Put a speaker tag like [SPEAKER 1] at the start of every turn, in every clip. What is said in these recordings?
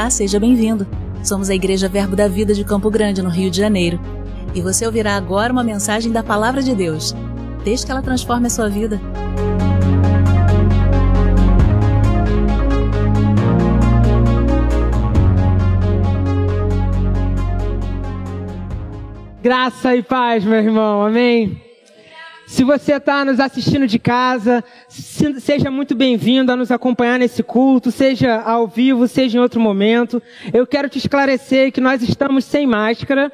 [SPEAKER 1] Olá, seja bem-vindo. Somos a Igreja Verbo da Vida de Campo Grande, no Rio de Janeiro. E você ouvirá agora uma mensagem da Palavra de Deus. Desde que ela transforme a sua vida.
[SPEAKER 2] Graça e paz, meu irmão, amém? Se você está nos assistindo de casa, seja muito bem-vindo a nos acompanhar nesse culto, seja ao vivo, seja em outro momento. Eu quero te esclarecer que nós estamos sem máscara.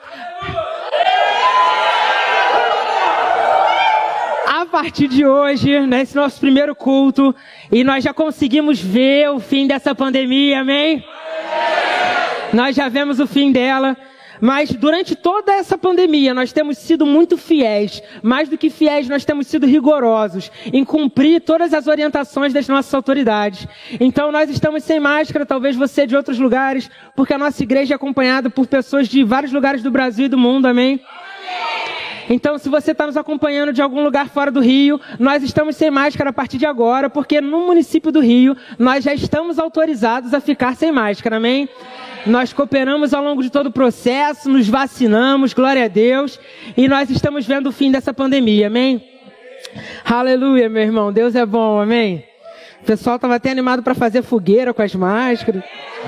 [SPEAKER 2] A partir de hoje, nesse nosso primeiro culto, e nós já conseguimos ver o fim dessa pandemia, amém? Nós já vemos o fim dela. Mas durante toda essa pandemia, nós temos sido muito fiéis. Mais do que fiéis, nós temos sido rigorosos em cumprir todas as orientações das nossas autoridades. Então, nós estamos sem máscara, talvez você de outros lugares, porque a nossa igreja é acompanhada por pessoas de vários lugares do Brasil e do mundo, amém? Então, se você está nos acompanhando de algum lugar fora do Rio, nós estamos sem máscara a partir de agora, porque no município do Rio, nós já estamos autorizados a ficar sem máscara, amém? Nós cooperamos ao longo de todo o processo, nos vacinamos, glória a Deus, e nós estamos vendo o fim dessa pandemia, amém? Aleluia, meu irmão, Deus é bom, amém? O pessoal estava até animado para fazer fogueira com as máscaras.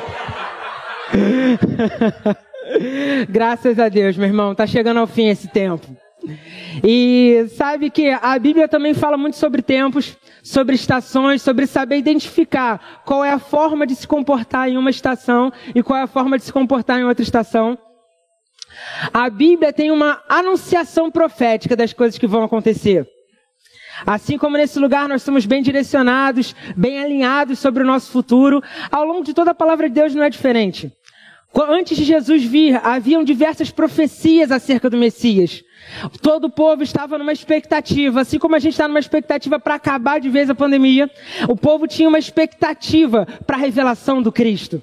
[SPEAKER 2] Graças a Deus, meu irmão, está chegando ao fim esse tempo. E sabe que a Bíblia também fala muito sobre tempos, sobre estações, sobre saber identificar qual é a forma de se comportar em uma estação e qual é a forma de se comportar em outra estação. A Bíblia tem uma anunciação profética das coisas que vão acontecer. Assim como nesse lugar nós somos bem direcionados, bem alinhados sobre o nosso futuro, ao longo de toda a palavra de Deus não é diferente. Antes de Jesus vir, haviam diversas profecias acerca do Messias. Todo o povo estava numa expectativa, assim como a gente está numa expectativa para acabar de vez a pandemia, o povo tinha uma expectativa para a revelação do Cristo.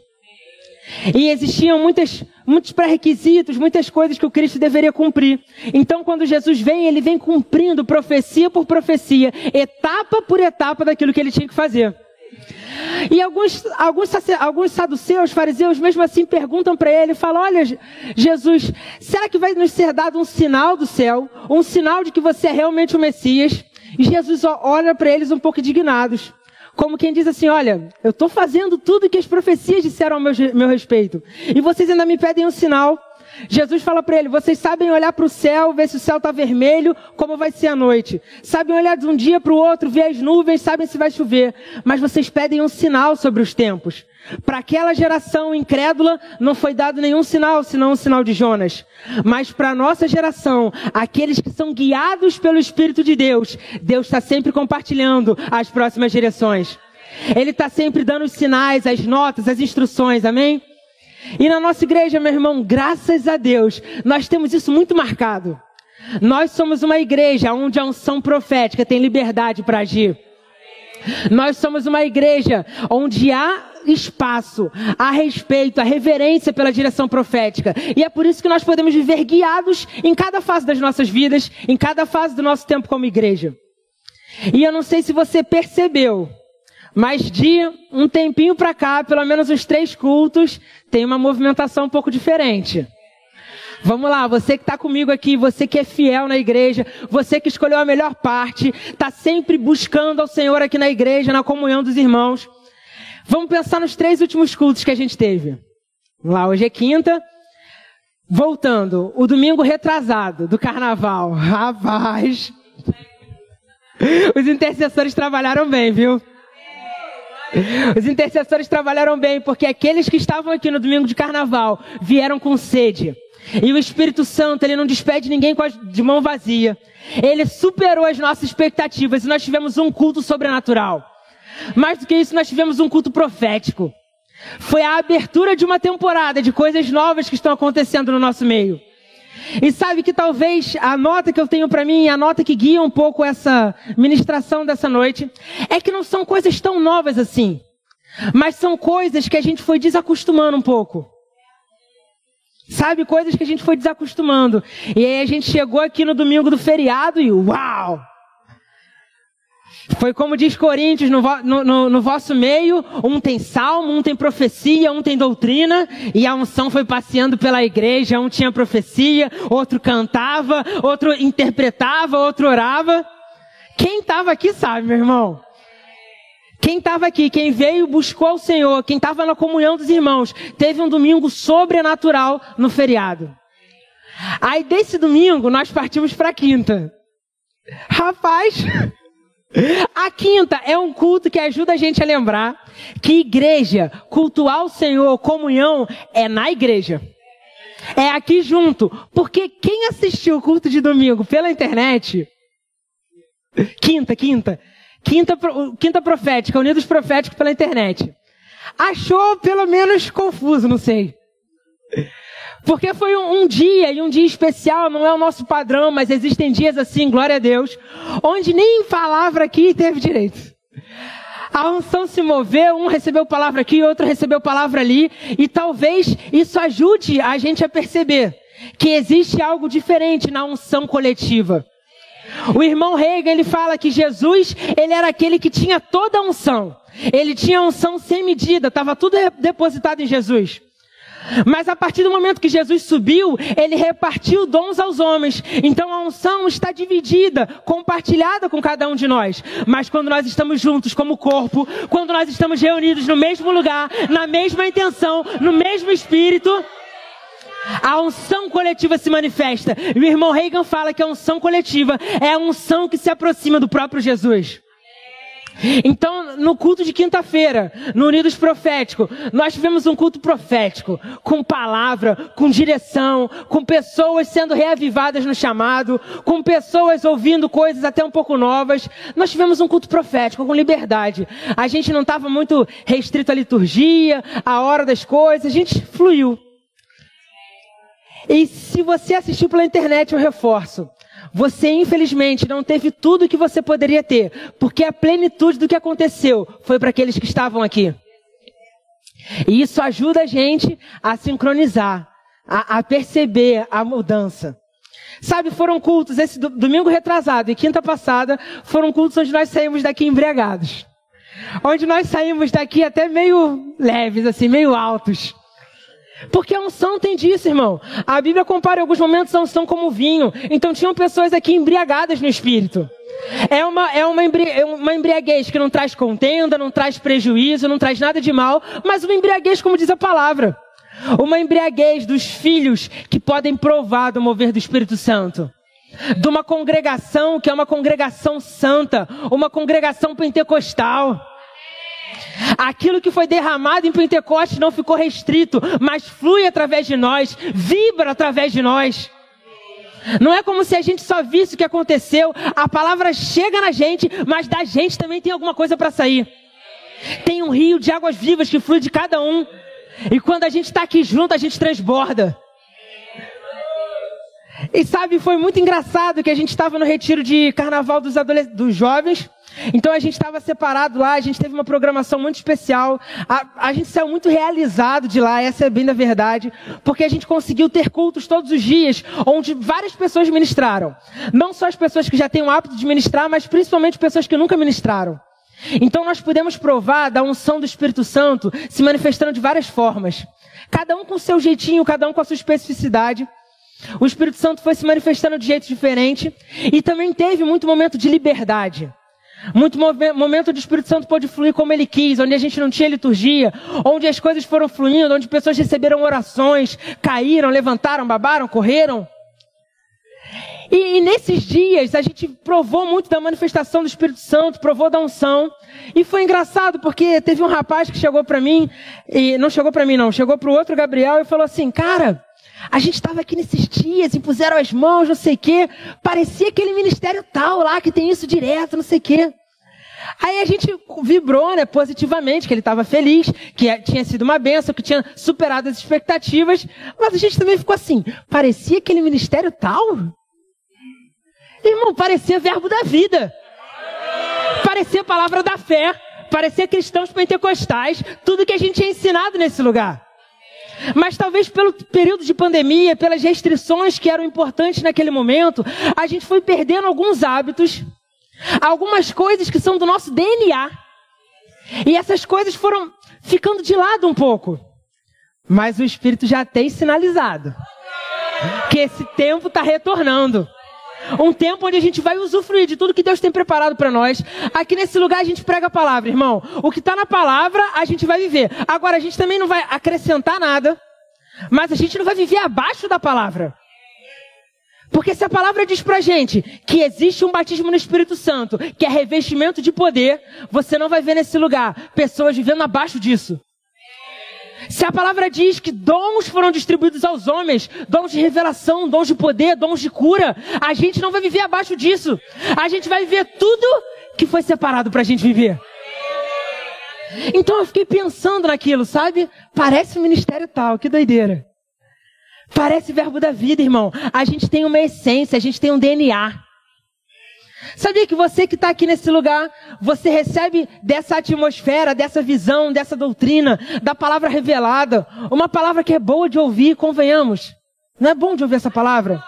[SPEAKER 2] E existiam muitos pré-requisitos, muitas coisas que o Cristo deveria cumprir. Então, quando Jesus vem, ele vem cumprindo profecia por profecia, etapa por etapa daquilo que ele tinha que fazer. E alguns saduceus, fariseus, mesmo assim perguntam para ele, falam, olha, Jesus, será que vai nos ser dado um sinal do céu? Um sinal de que você é realmente o Messias? E Jesus olha para eles um pouco indignados. Como quem diz assim, olha, eu estou fazendo tudo que as profecias disseram ao meu respeito. E vocês ainda me pedem um sinal. Jesus fala para ele, vocês sabem olhar para o céu, ver se o céu está vermelho, como vai ser a noite. Sabem olhar de um dia para o outro, ver as nuvens, sabem se vai chover. Mas vocês pedem um sinal sobre os tempos. Para aquela geração incrédula, não foi dado nenhum sinal, senão um sinal de Jonas. Mas para a nossa geração, aqueles que são guiados pelo Espírito de Deus, Deus está sempre compartilhando as próximas direções. Ele está sempre dando os sinais, as notas, as instruções, amém? E na nossa igreja, meu irmão, graças a Deus, nós temos isso muito marcado. Nós somos uma igreja onde a unção profética tem liberdade para agir. Nós somos uma igreja onde há espaço, há respeito, há reverência pela direção profética. E é por isso que nós podemos viver guiados em cada fase das nossas vidas, em cada fase do nosso tempo como igreja. E eu não sei se você percebeu, mas de um tempinho para cá, pelo menos uns 3 cultos, tem uma movimentação um pouco diferente. Vamos lá, você que está comigo aqui, você que é fiel na igreja, você que escolheu a melhor parte, está sempre buscando ao Senhor aqui na igreja, na comunhão dos irmãos. Vamos pensar nos 3 últimos cultos que a gente teve. Vamos lá, hoje é quinta. Voltando, o domingo retrasado do carnaval. Rapaz, os intercessores trabalharam bem, viu? Os intercessores trabalharam bem, porque aqueles que estavam aqui no domingo de carnaval vieram com sede. E o Espírito Santo, ele não despede ninguém de mão vazia. Ele superou as nossas expectativas e nós tivemos um culto sobrenatural. Mais do que isso, nós tivemos um culto profético. Foi a abertura de uma temporada de coisas novas que estão acontecendo no nosso meio. E sabe que talvez a nota que eu tenho para mim, a nota que guia um pouco essa ministração dessa noite, é que não são coisas tão novas assim, mas são coisas que a gente foi desacostumando um pouco. Sabe, coisas que a gente foi desacostumando. E aí a gente chegou aqui no domingo do feriado e uau! Foi como diz Coríntios, no vosso meio, um tem salmo, um tem profecia, um tem doutrina, e a unção foi passeando pela igreja, um tinha profecia, outro cantava, outro interpretava, outro orava. Quem estava aqui sabe, meu irmão. Quem estava aqui, quem veio, buscou ao Senhor, quem estava na comunhão dos irmãos, teve um domingo sobrenatural no feriado. Aí desse domingo, nós partimos para a quinta. Rapaz, a quinta é um culto que ajuda a gente a lembrar que igreja, cultuar o Senhor, comunhão, é na igreja. É aqui junto. Porque quem assistiu o culto de domingo pela internet... Quinta profética, Unidos Proféticos pela internet. Achou pelo menos confuso, não sei. Porque foi um dia, e um dia especial, não é o nosso padrão, mas existem dias assim, glória a Deus, onde nem palavra aqui teve direito. A unção se moveu, um recebeu palavra aqui, outro recebeu palavra ali, e talvez isso ajude a gente a perceber que existe algo diferente na unção coletiva. O irmão Reagan, ele fala que Jesus, ele era aquele que tinha toda a unção. Ele tinha unção sem medida, estava tudo depositado em Jesus. Mas a partir do momento que Jesus subiu, ele repartiu dons aos homens. Então a unção está dividida, compartilhada com cada um de nós. Mas quando nós estamos juntos como corpo, quando nós estamos reunidos no mesmo lugar, na mesma intenção, no mesmo espírito, a unção coletiva se manifesta. E o irmão Reagan fala que a unção coletiva é a unção que se aproxima do próprio Jesus. Então, no culto de quinta-feira, no Unidos Profético, nós tivemos um culto profético, com palavra, com direção, com pessoas sendo reavivadas no chamado, com pessoas ouvindo coisas até um pouco novas. Nós tivemos um culto profético, com liberdade. A gente não estava muito restrito à liturgia, à hora das coisas, a gente fluiu. E se você assistiu pela internet, eu reforço. Você, infelizmente, não teve tudo o que você poderia ter, porque a plenitude do que aconteceu foi para aqueles que estavam aqui. E isso ajuda a gente a sincronizar, a perceber a mudança. Sabe, foram cultos, esse domingo retrasado e quinta passada, foram cultos onde nós saímos daqui embriagados. Onde nós saímos daqui até meio leves, assim, meio altos. Porque a unção tem disso, irmão. A Bíblia compara em alguns momentos a unção como vinho. Então tinham pessoas aqui embriagadas no espírito. É uma embriaguez que não traz contenda, não traz prejuízo, não traz nada de mal, mas uma embriaguez, como diz a palavra. Uma embriaguez dos filhos que podem provar do mover do Espírito Santo. De uma congregação que é uma congregação santa, uma congregação pentecostal. Aquilo que foi derramado em Pentecostes não ficou restrito, mas flui através de nós, vibra através de nós. Não é como se a gente só visse o que aconteceu, a palavra chega na gente, mas da gente também tem alguma coisa para sair. Tem um rio de águas vivas que flui de cada um, e quando a gente está aqui junto, a gente transborda. E sabe, foi muito engraçado que a gente estava no retiro de carnaval dos jovens. Então a gente estava separado lá, a gente teve uma programação muito especial, a gente saiu muito realizado de lá, essa é bem da verdade, porque a gente conseguiu ter cultos todos os dias, onde várias pessoas ministraram. Não só as pessoas que já têm o hábito de ministrar, mas principalmente pessoas que nunca ministraram. Então nós pudemos provar da unção do Espírito Santo se manifestando de várias formas. Cada um com o seu jeitinho, cada um com a sua especificidade. O Espírito Santo foi se manifestando de jeito diferente e também teve muito momento de liberdade. Muito momento onde o Espírito Santo pôde fluir como Ele quis, onde a gente não tinha liturgia, onde as coisas foram fluindo, onde pessoas receberam orações, caíram, levantaram, babaram, correram. E nesses dias a gente provou muito da manifestação do Espírito Santo, provou da unção. E foi engraçado porque teve um rapaz que chegou para mim, e não chegou para mim não, chegou para o outro Gabriel e falou assim, cara, a gente estava aqui nesses dias, impuseram as mãos, não sei o quê. Parecia aquele ministério tal lá, que tem isso direto, não sei o quê. Aí a gente vibrou, né, positivamente, que ele estava feliz, que tinha sido uma bênção, que tinha superado as expectativas. Mas a gente também ficou assim, parecia aquele ministério tal? Irmão, parecia verbo da vida. Parecia palavra da fé. Parecia cristãos pentecostais. Tudo que a gente tinha ensinado nesse lugar. Mas talvez pelo período de pandemia, pelas restrições que eram importantes naquele momento, a gente foi perdendo alguns hábitos Algumas coisas que são do nosso DNA. E essas coisas foram ficando de lado um pouco. Mas o Espírito já tem sinalizado que esse tempo está retornando. Um tempo onde a gente vai usufruir de tudo que Deus tem preparado para nós. Aqui nesse lugar a gente prega a palavra, irmão. O que está na palavra a gente vai viver. Agora a gente também não vai acrescentar nada, mas a gente não vai viver abaixo da palavra. Porque se a palavra diz pra gente que existe um batismo no Espírito Santo, que é revestimento de poder, você não vai ver nesse lugar pessoas vivendo abaixo disso. Se a palavra diz que dons foram distribuídos aos homens, dons de revelação, dons de poder, dons de cura, a gente não vai viver abaixo disso. A gente vai viver tudo que foi separado pra gente viver. Então eu fiquei pensando naquilo, sabe? Parece um ministério tal, que doideira. Parece verbo da vida, irmão. A gente tem uma essência, a gente tem um DNA. Sabia que você que está aqui nesse lugar, você recebe dessa atmosfera, dessa visão, dessa doutrina, da palavra revelada, uma palavra que é boa de ouvir, convenhamos. Não é bom de ouvir essa palavra?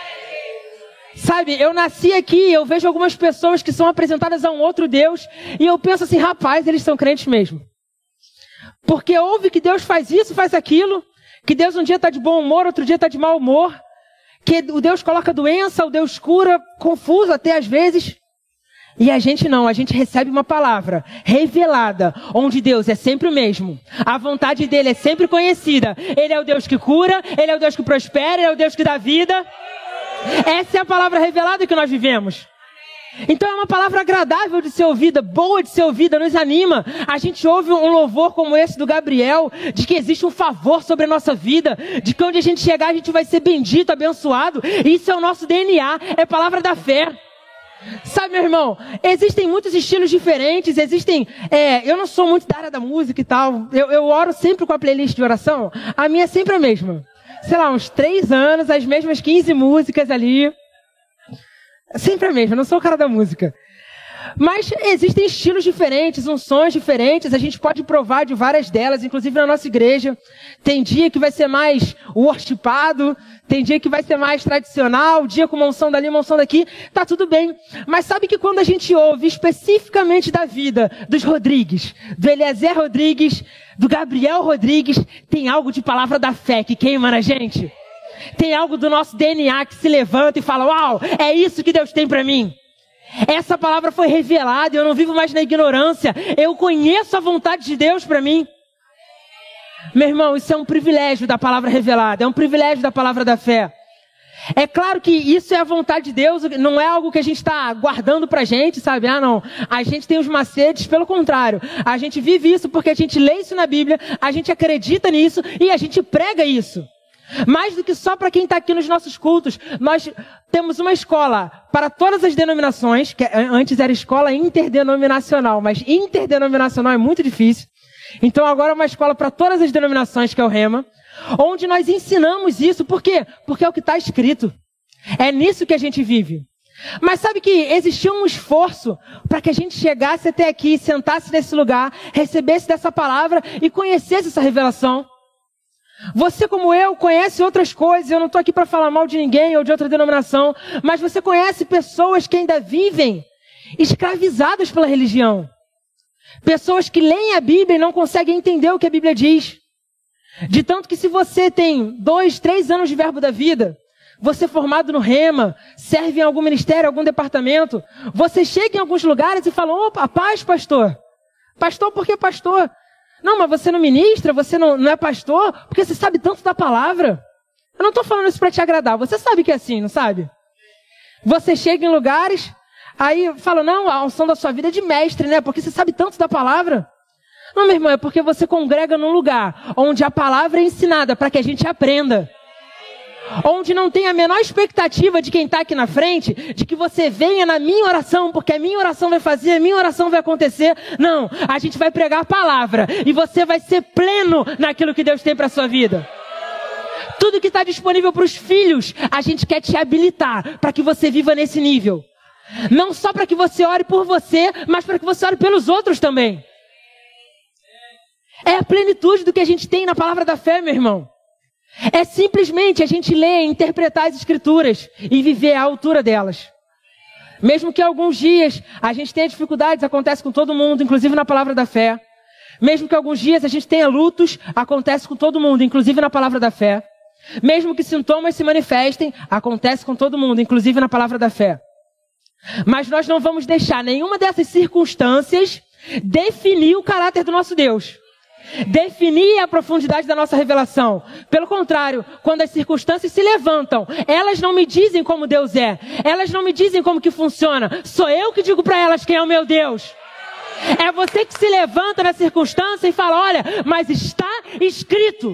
[SPEAKER 2] Sabe, eu nasci aqui, eu vejo algumas pessoas que são apresentadas a um outro Deus, e eu penso assim, rapaz, eles são crentes mesmo. Porque ouve que Deus faz isso, faz aquilo, que Deus um dia está de bom humor, outro dia está de mau humor, que o Deus coloca doença, o Deus cura, confuso até às vezes. E a gente não, a gente recebe uma palavra revelada, onde Deus é sempre o mesmo. A vontade dele é sempre conhecida. Ele é o Deus que cura, ele é o Deus que prospera, ele é o Deus que dá vida. Essa é a palavra revelada que nós vivemos. Então é uma palavra agradável de ser ouvida, boa de ser ouvida, nos anima. A gente ouve um louvor como esse do Gabriel, de que existe um favor sobre a nossa vida, de que onde a gente chegar a gente vai ser bendito, abençoado. Isso é o nosso DNA, é palavra da fé. Sabe, meu irmão, existem muitos estilos diferentes, eu não sou muito da área da música e tal, eu oro sempre com a playlist de oração, a minha é sempre a mesma. Sei lá, uns 3 anos, as mesmas 15 músicas ali. Sempre a mesma, eu não sou o cara da música. Mas existem estilos diferentes, unções diferentes, a gente pode provar de várias delas, inclusive na nossa igreja. Tem dia que vai ser mais worshipado, tem dia que vai ser mais tradicional, dia com uma unção dali, uma unção daqui, tá tudo bem. Mas sabe que quando a gente ouve especificamente da vida dos Rodrigues, do Eliezer Rodrigues, do Gabriel Rodrigues, tem algo de palavra da fé que queima na gente. Tem algo do nosso DNA que se levanta e fala, uau, é isso que Deus tem para mim. Essa palavra foi revelada, eu não vivo mais na ignorância, eu conheço a vontade de Deus para mim. Meu irmão, isso é um privilégio da palavra revelada, é um privilégio da palavra da fé. É claro que isso é a vontade de Deus, não é algo que a gente está guardando pra gente, sabe? Ah, não, a gente tem os macetes, pelo contrário. A gente vive isso porque a gente lê isso na Bíblia, a gente acredita nisso e a gente prega isso. Mais do que só para quem está aqui nos nossos cultos, nós temos uma escola para todas as denominações, que antes era escola interdenominacional, mas interdenominacional é muito difícil. Então agora é uma escola para todas as denominações, que é o Rema, onde nós ensinamos isso. Por quê? Porque é o que está escrito. É nisso que a gente vive. Mas sabe que existia um esforço para que a gente chegasse até aqui, sentasse nesse lugar, recebesse dessa palavra e conhecesse essa revelação. Você, como eu, conhece outras coisas. Eu não estou aqui para falar mal de ninguém ou de outra denominação, mas você conhece pessoas que ainda vivem escravizadas pela religião. Pessoas que leem a Bíblia e não conseguem entender o que a Bíblia diz. De tanto que se você tem 2, 3 anos de verbo da vida, você é formado no Rema, serve em algum ministério, algum departamento, você chega em alguns lugares e fala, opa, paz, pastor. Pastor, por que pastor? Não, mas você não ministra, você não é pastor, porque você sabe tanto da palavra. Eu não estou falando isso para te agradar, você sabe que é assim, não sabe? Você chega em lugares, aí fala, não, a unção da sua vida é de mestre, né? Porque você sabe tanto da palavra. Não, meu irmão, é porque você congrega num lugar onde a palavra é ensinada para que a gente aprenda. Onde não tem a menor expectativa de quem está aqui na frente, de que você venha na minha oração, porque a minha oração vai fazer, a minha oração vai acontecer. Não, a gente vai pregar a palavra e você vai ser pleno naquilo que Deus tem para a sua vida. Tudo que está disponível para os filhos, a gente quer te habilitar para que você viva nesse nível. Não só para que você ore por você, mas para que você ore pelos outros também. É a plenitude do que a gente tem na palavra da fé, meu irmão. É simplesmente a gente ler, interpretar as escrituras e viver à altura delas. Mesmo que alguns dias a gente tenha dificuldades, acontece com todo mundo, inclusive na palavra da fé. Mesmo que alguns dias a gente tenha lutos, acontece com todo mundo, inclusive na palavra da fé. Mesmo que sintomas se manifestem, acontece com todo mundo, inclusive na palavra da fé. Mas nós não vamos deixar nenhuma dessas circunstâncias definir o caráter do nosso Deus. Definir a profundidade da nossa revelação. Pelo contrário, quando as circunstâncias se levantam, elas não me dizem como Deus é. Elas não me dizem como que funciona. Sou eu que digo para elas quem é o meu Deus. É você que se levanta na circunstância e fala, olha, mas está escrito.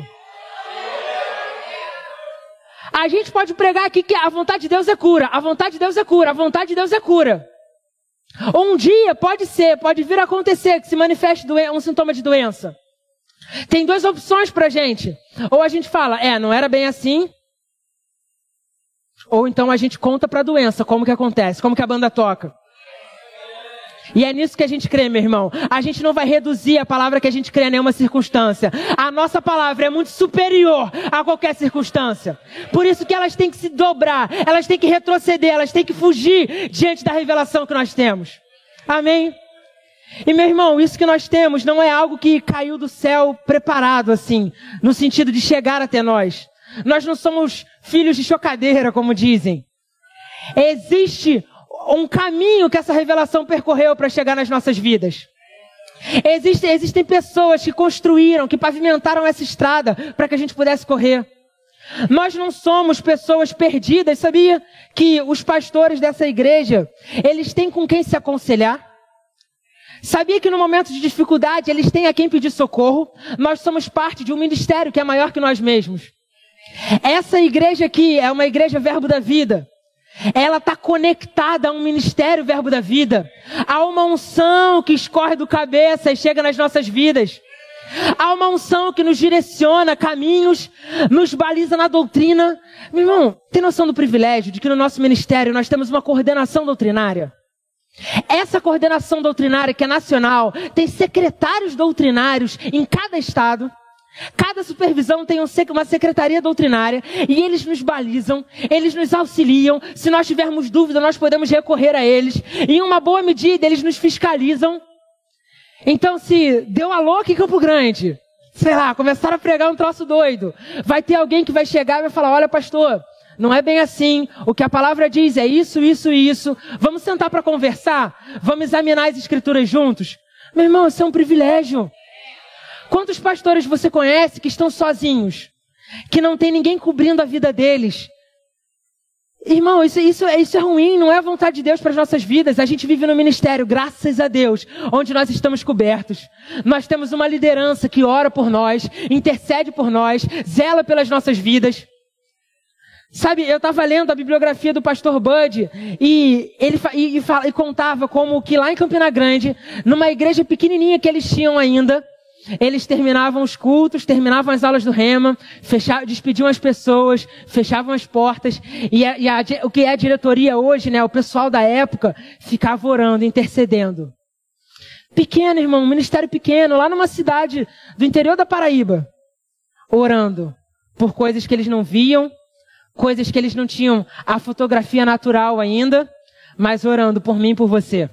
[SPEAKER 2] A gente pode pregar aqui que a vontade de Deus é cura. A vontade de Deus é cura. A vontade de Deus é cura. Um dia pode vir a acontecer que se manifeste um sintoma de doença. Tem duas opções pra gente. Ou a gente fala, não era bem assim. Ou então a gente conta pra doença como que acontece, como que a banda toca. E é nisso que a gente crê, meu irmão. A gente não vai reduzir a palavra que a gente crê a nenhuma circunstância. A nossa palavra é muito superior a qualquer circunstância. Por isso que elas têm que se dobrar, elas têm que retroceder, elas têm que fugir diante da revelação que nós temos. Amém? E meu irmão, isso que nós temos não é algo que caiu do céu preparado assim, no sentido de chegar até nós. Nós não somos filhos de chocadeira, como dizem. Existe um caminho que essa revelação percorreu para chegar nas nossas vidas. Existem pessoas que construíram, que pavimentaram essa estrada para que a gente pudesse correr. Nós não somos pessoas perdidas, sabia? Que os pastores dessa igreja, eles têm com quem se aconselhar. Sabia que no momento de dificuldade eles têm a quem pedir socorro? Nós somos parte de um ministério que é maior que nós mesmos. Essa igreja aqui é uma igreja Verbo da Vida. Ela está conectada a um ministério Verbo da Vida. Há uma unção que escorre do cabeça e chega nas nossas vidas. Há uma unção que nos direciona caminhos, nos baliza na doutrina. Meu irmão, tem noção do privilégio de que no nosso ministério nós temos uma coordenação doutrinária? Essa coordenação doutrinária, que é nacional, tem secretários doutrinários em cada estado. Cada supervisão tem uma secretaria doutrinária e eles nos balizam, eles nos auxiliam. Se nós tivermos dúvida, nós podemos recorrer a eles. E em uma boa medida, eles nos fiscalizam. Então, se deu a louca em Campo Grande, sei lá, começaram a pregar um troço doido, vai ter alguém que vai chegar e vai falar, olha pastor, não é bem assim, o que a palavra diz é isso, isso e isso. Vamos sentar para conversar? Vamos examinar as escrituras juntos? Meu irmão, isso é um privilégio. Quantos pastores você conhece que estão sozinhos? Que não tem ninguém cobrindo a vida deles? Irmão, isso é ruim, não é a vontade de Deus para as nossas vidas. A gente vive no ministério, graças a Deus, onde nós estamos cobertos. Nós temos uma liderança que ora por nós, intercede por nós, zela pelas nossas vidas. Sabe, eu estava lendo a bibliografia do pastor Bud e ele contava como que lá em Campina Grande, numa igreja pequenininha que eles tinham ainda, eles terminavam os cultos, terminavam as aulas do Rema, despediam as pessoas, fechavam as portas e o que é a diretoria hoje, né, o pessoal da época, ficava orando, intercedendo. Pequeno, irmão, um ministério pequeno, lá numa cidade do interior da Paraíba, orando por coisas que eles não viam, coisas que eles não tinham a fotografia natural ainda, mas orando por mim e por você.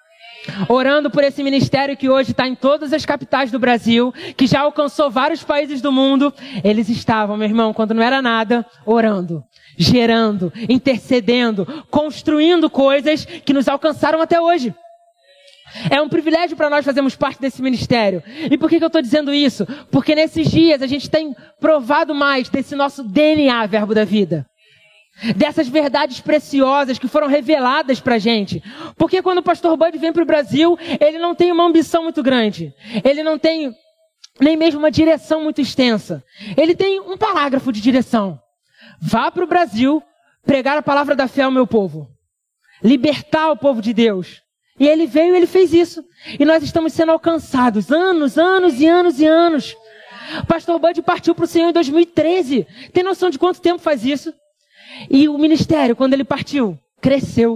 [SPEAKER 2] Orando por esse ministério que hoje está em todas as capitais do Brasil, que já alcançou vários países do mundo. Eles estavam, meu irmão, quando não era nada, orando, gerando, intercedendo, construindo coisas que nos alcançaram até hoje. É um privilégio para nós fazermos parte desse ministério. E por que eu estou dizendo isso? Porque nesses dias a gente tem provado mais desse nosso DNA, Verbo da Vida. Dessas verdades preciosas que foram reveladas pra gente. Porque quando o pastor Bud vem pro Brasil, ele não tem uma ambição muito grande. Ele não tem nem mesmo uma direção muito extensa. Ele tem um parágrafo de direção. Vá pro Brasil pregar a palavra da fé ao meu povo. Libertar o povo de Deus. E ele veio e ele fez isso. E nós estamos sendo alcançados anos e anos. O pastor Bud partiu pro Senhor em 2013. Tem noção de quanto tempo faz isso? E o ministério, quando ele partiu, cresceu.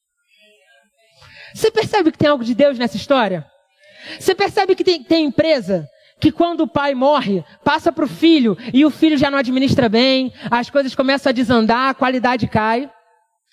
[SPEAKER 2] Você percebe que tem algo de Deus nessa história? Você percebe que tem empresa que quando o pai morre, passa para o filho e o filho já não administra bem, as coisas começam a desandar, a qualidade cai.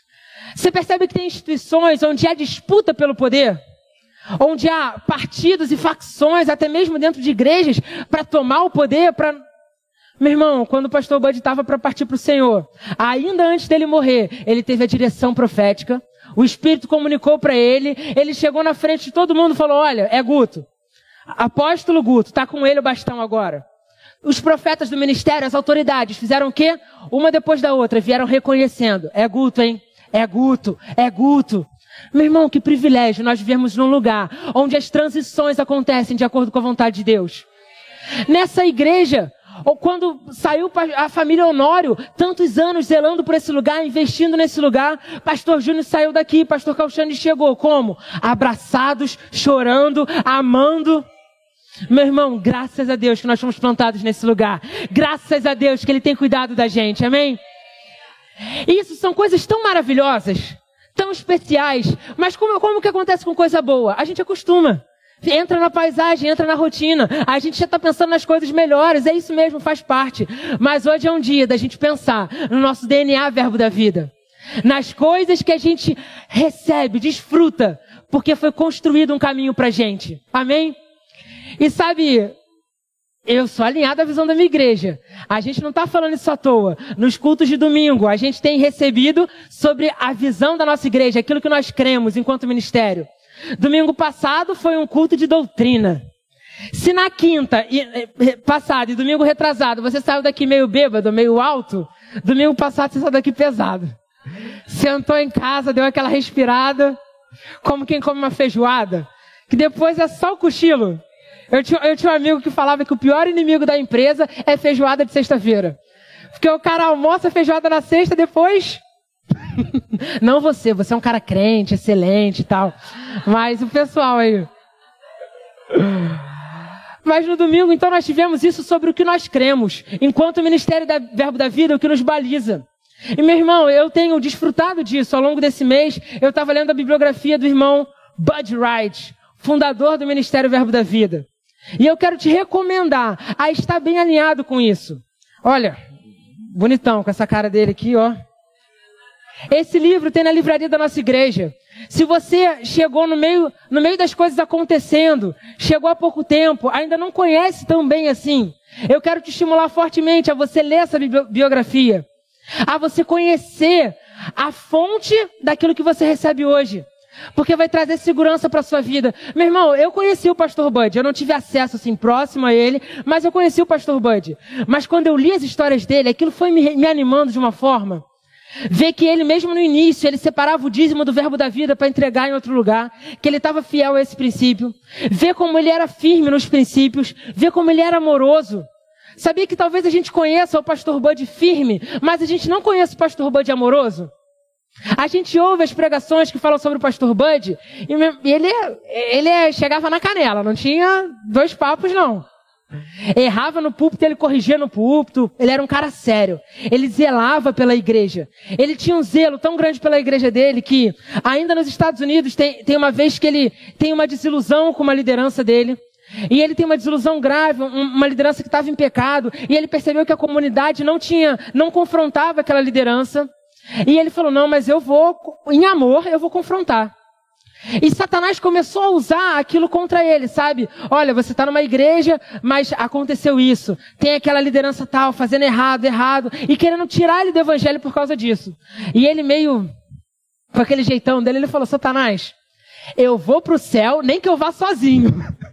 [SPEAKER 2] Você percebe que tem instituições onde há disputa pelo poder? Onde há partidos e facções, até mesmo dentro de igrejas, para tomar o poder, para... Meu irmão, quando o pastor Bud estava para partir para o Senhor, ainda antes dele morrer, ele teve a direção profética, o Espírito comunicou para ele, ele chegou na frente de todo mundo e falou, olha, é Guto, apóstolo Guto, está com ele o bastão agora. Os profetas do ministério, as autoridades, fizeram o quê? Uma depois da outra, vieram reconhecendo, é Guto, hein? É Guto, é Guto. Meu irmão, que privilégio nós vivemos num lugar onde as transições acontecem de acordo com a vontade de Deus. Nessa igreja, ou quando saiu a família Honório, tantos anos zelando por esse lugar, investindo nesse lugar, pastor Júnior saiu daqui, pastor Calxane chegou, como? Abraçados, chorando, amando. Meu irmão, graças a Deus que nós fomos plantados nesse lugar. Graças a Deus que Ele tem cuidado da gente, amém? Isso são coisas tão maravilhosas, tão especiais, mas como que acontece com coisa boa? A gente acostuma. Entra na paisagem, entra na rotina. A gente já está pensando nas coisas melhores. É isso mesmo, faz parte. Mas hoje é um dia da gente pensar no nosso DNA Verbo da Vida. Nas coisas que a gente recebe, desfruta, porque foi construído um caminho pra gente. Amém? E sabe, eu sou alinhado à visão da minha igreja. A gente não está falando isso à toa. Nos cultos de domingo, a gente tem recebido sobre a visão da nossa igreja, aquilo que nós cremos enquanto ministério. Domingo passado foi um culto de doutrina. Se na quinta passada e domingo retrasado você saiu daqui meio bêbado, meio alto, domingo passado você saiu daqui pesado. Sentou em casa, deu aquela respirada, como quem come uma feijoada, que depois é só o cochilo. Eu tinha um amigo que falava que o pior inimigo da empresa é feijoada de sexta-feira. Porque o cara almoça feijoada na sexta, depois... Não você é um cara crente, excelente e tal. Mas o pessoal aí. Mas no domingo, então, nós tivemos isso sobre o que nós cremos. Enquanto o Ministério da Verbo da Vida, o que nos baliza. E, meu irmão, eu tenho desfrutado disso. Ao longo desse mês, eu estava lendo a bibliografia do irmão Bud Wright, fundador do Ministério Verbo da Vida. E eu quero te recomendar a estar bem alinhado com isso. Olha, bonitão com essa cara dele aqui, ó. Esse livro tem na livraria da nossa igreja. Se você chegou no meio das coisas acontecendo, chegou há pouco tempo, ainda não conhece tão bem assim, eu quero te estimular fortemente a você ler essa biografia, a você conhecer a fonte daquilo que você recebe hoje, porque vai trazer segurança para a sua vida. Meu irmão, eu conheci o pastor Bud, eu não tive acesso assim próximo a ele, mas eu conheci o pastor Bud. Mas quando eu li as histórias dele, aquilo foi me animando de uma forma. Ver que ele mesmo no início, ele separava o dízimo do Verbo da Vida para entregar em outro lugar, que ele estava fiel a esse princípio. Ver como ele era firme nos princípios, ver como ele era amoroso. Sabia que talvez a gente conheça o pastor Bud firme, mas a gente não conhece o pastor Bud amoroso? A gente ouve as pregações que falam sobre o pastor Bud, e ele chegava na canela, não tinha dois papos não. Errava no púlpito, ele corrigia no púlpito. Ele era um cara sério. Ele zelava pela igreja. Ele tinha um zelo tão grande pela igreja dele que ainda nos Estados Unidos tem uma vez que ele tem uma desilusão com uma liderança dele. E ele tem uma desilusão grave, uma liderança que estava em pecado. E ele percebeu que a comunidade não confrontava aquela liderança. E ele falou, não, mas em amor, eu vou confrontar. E Satanás começou a usar aquilo contra ele, sabe? Olha, você está numa igreja, mas aconteceu isso. Tem aquela liderança tal, fazendo errado, e querendo tirar ele do evangelho por causa disso. E ele meio, com aquele jeitão dele, ele falou, Satanás, eu vou para o céu, nem que eu vá sozinho.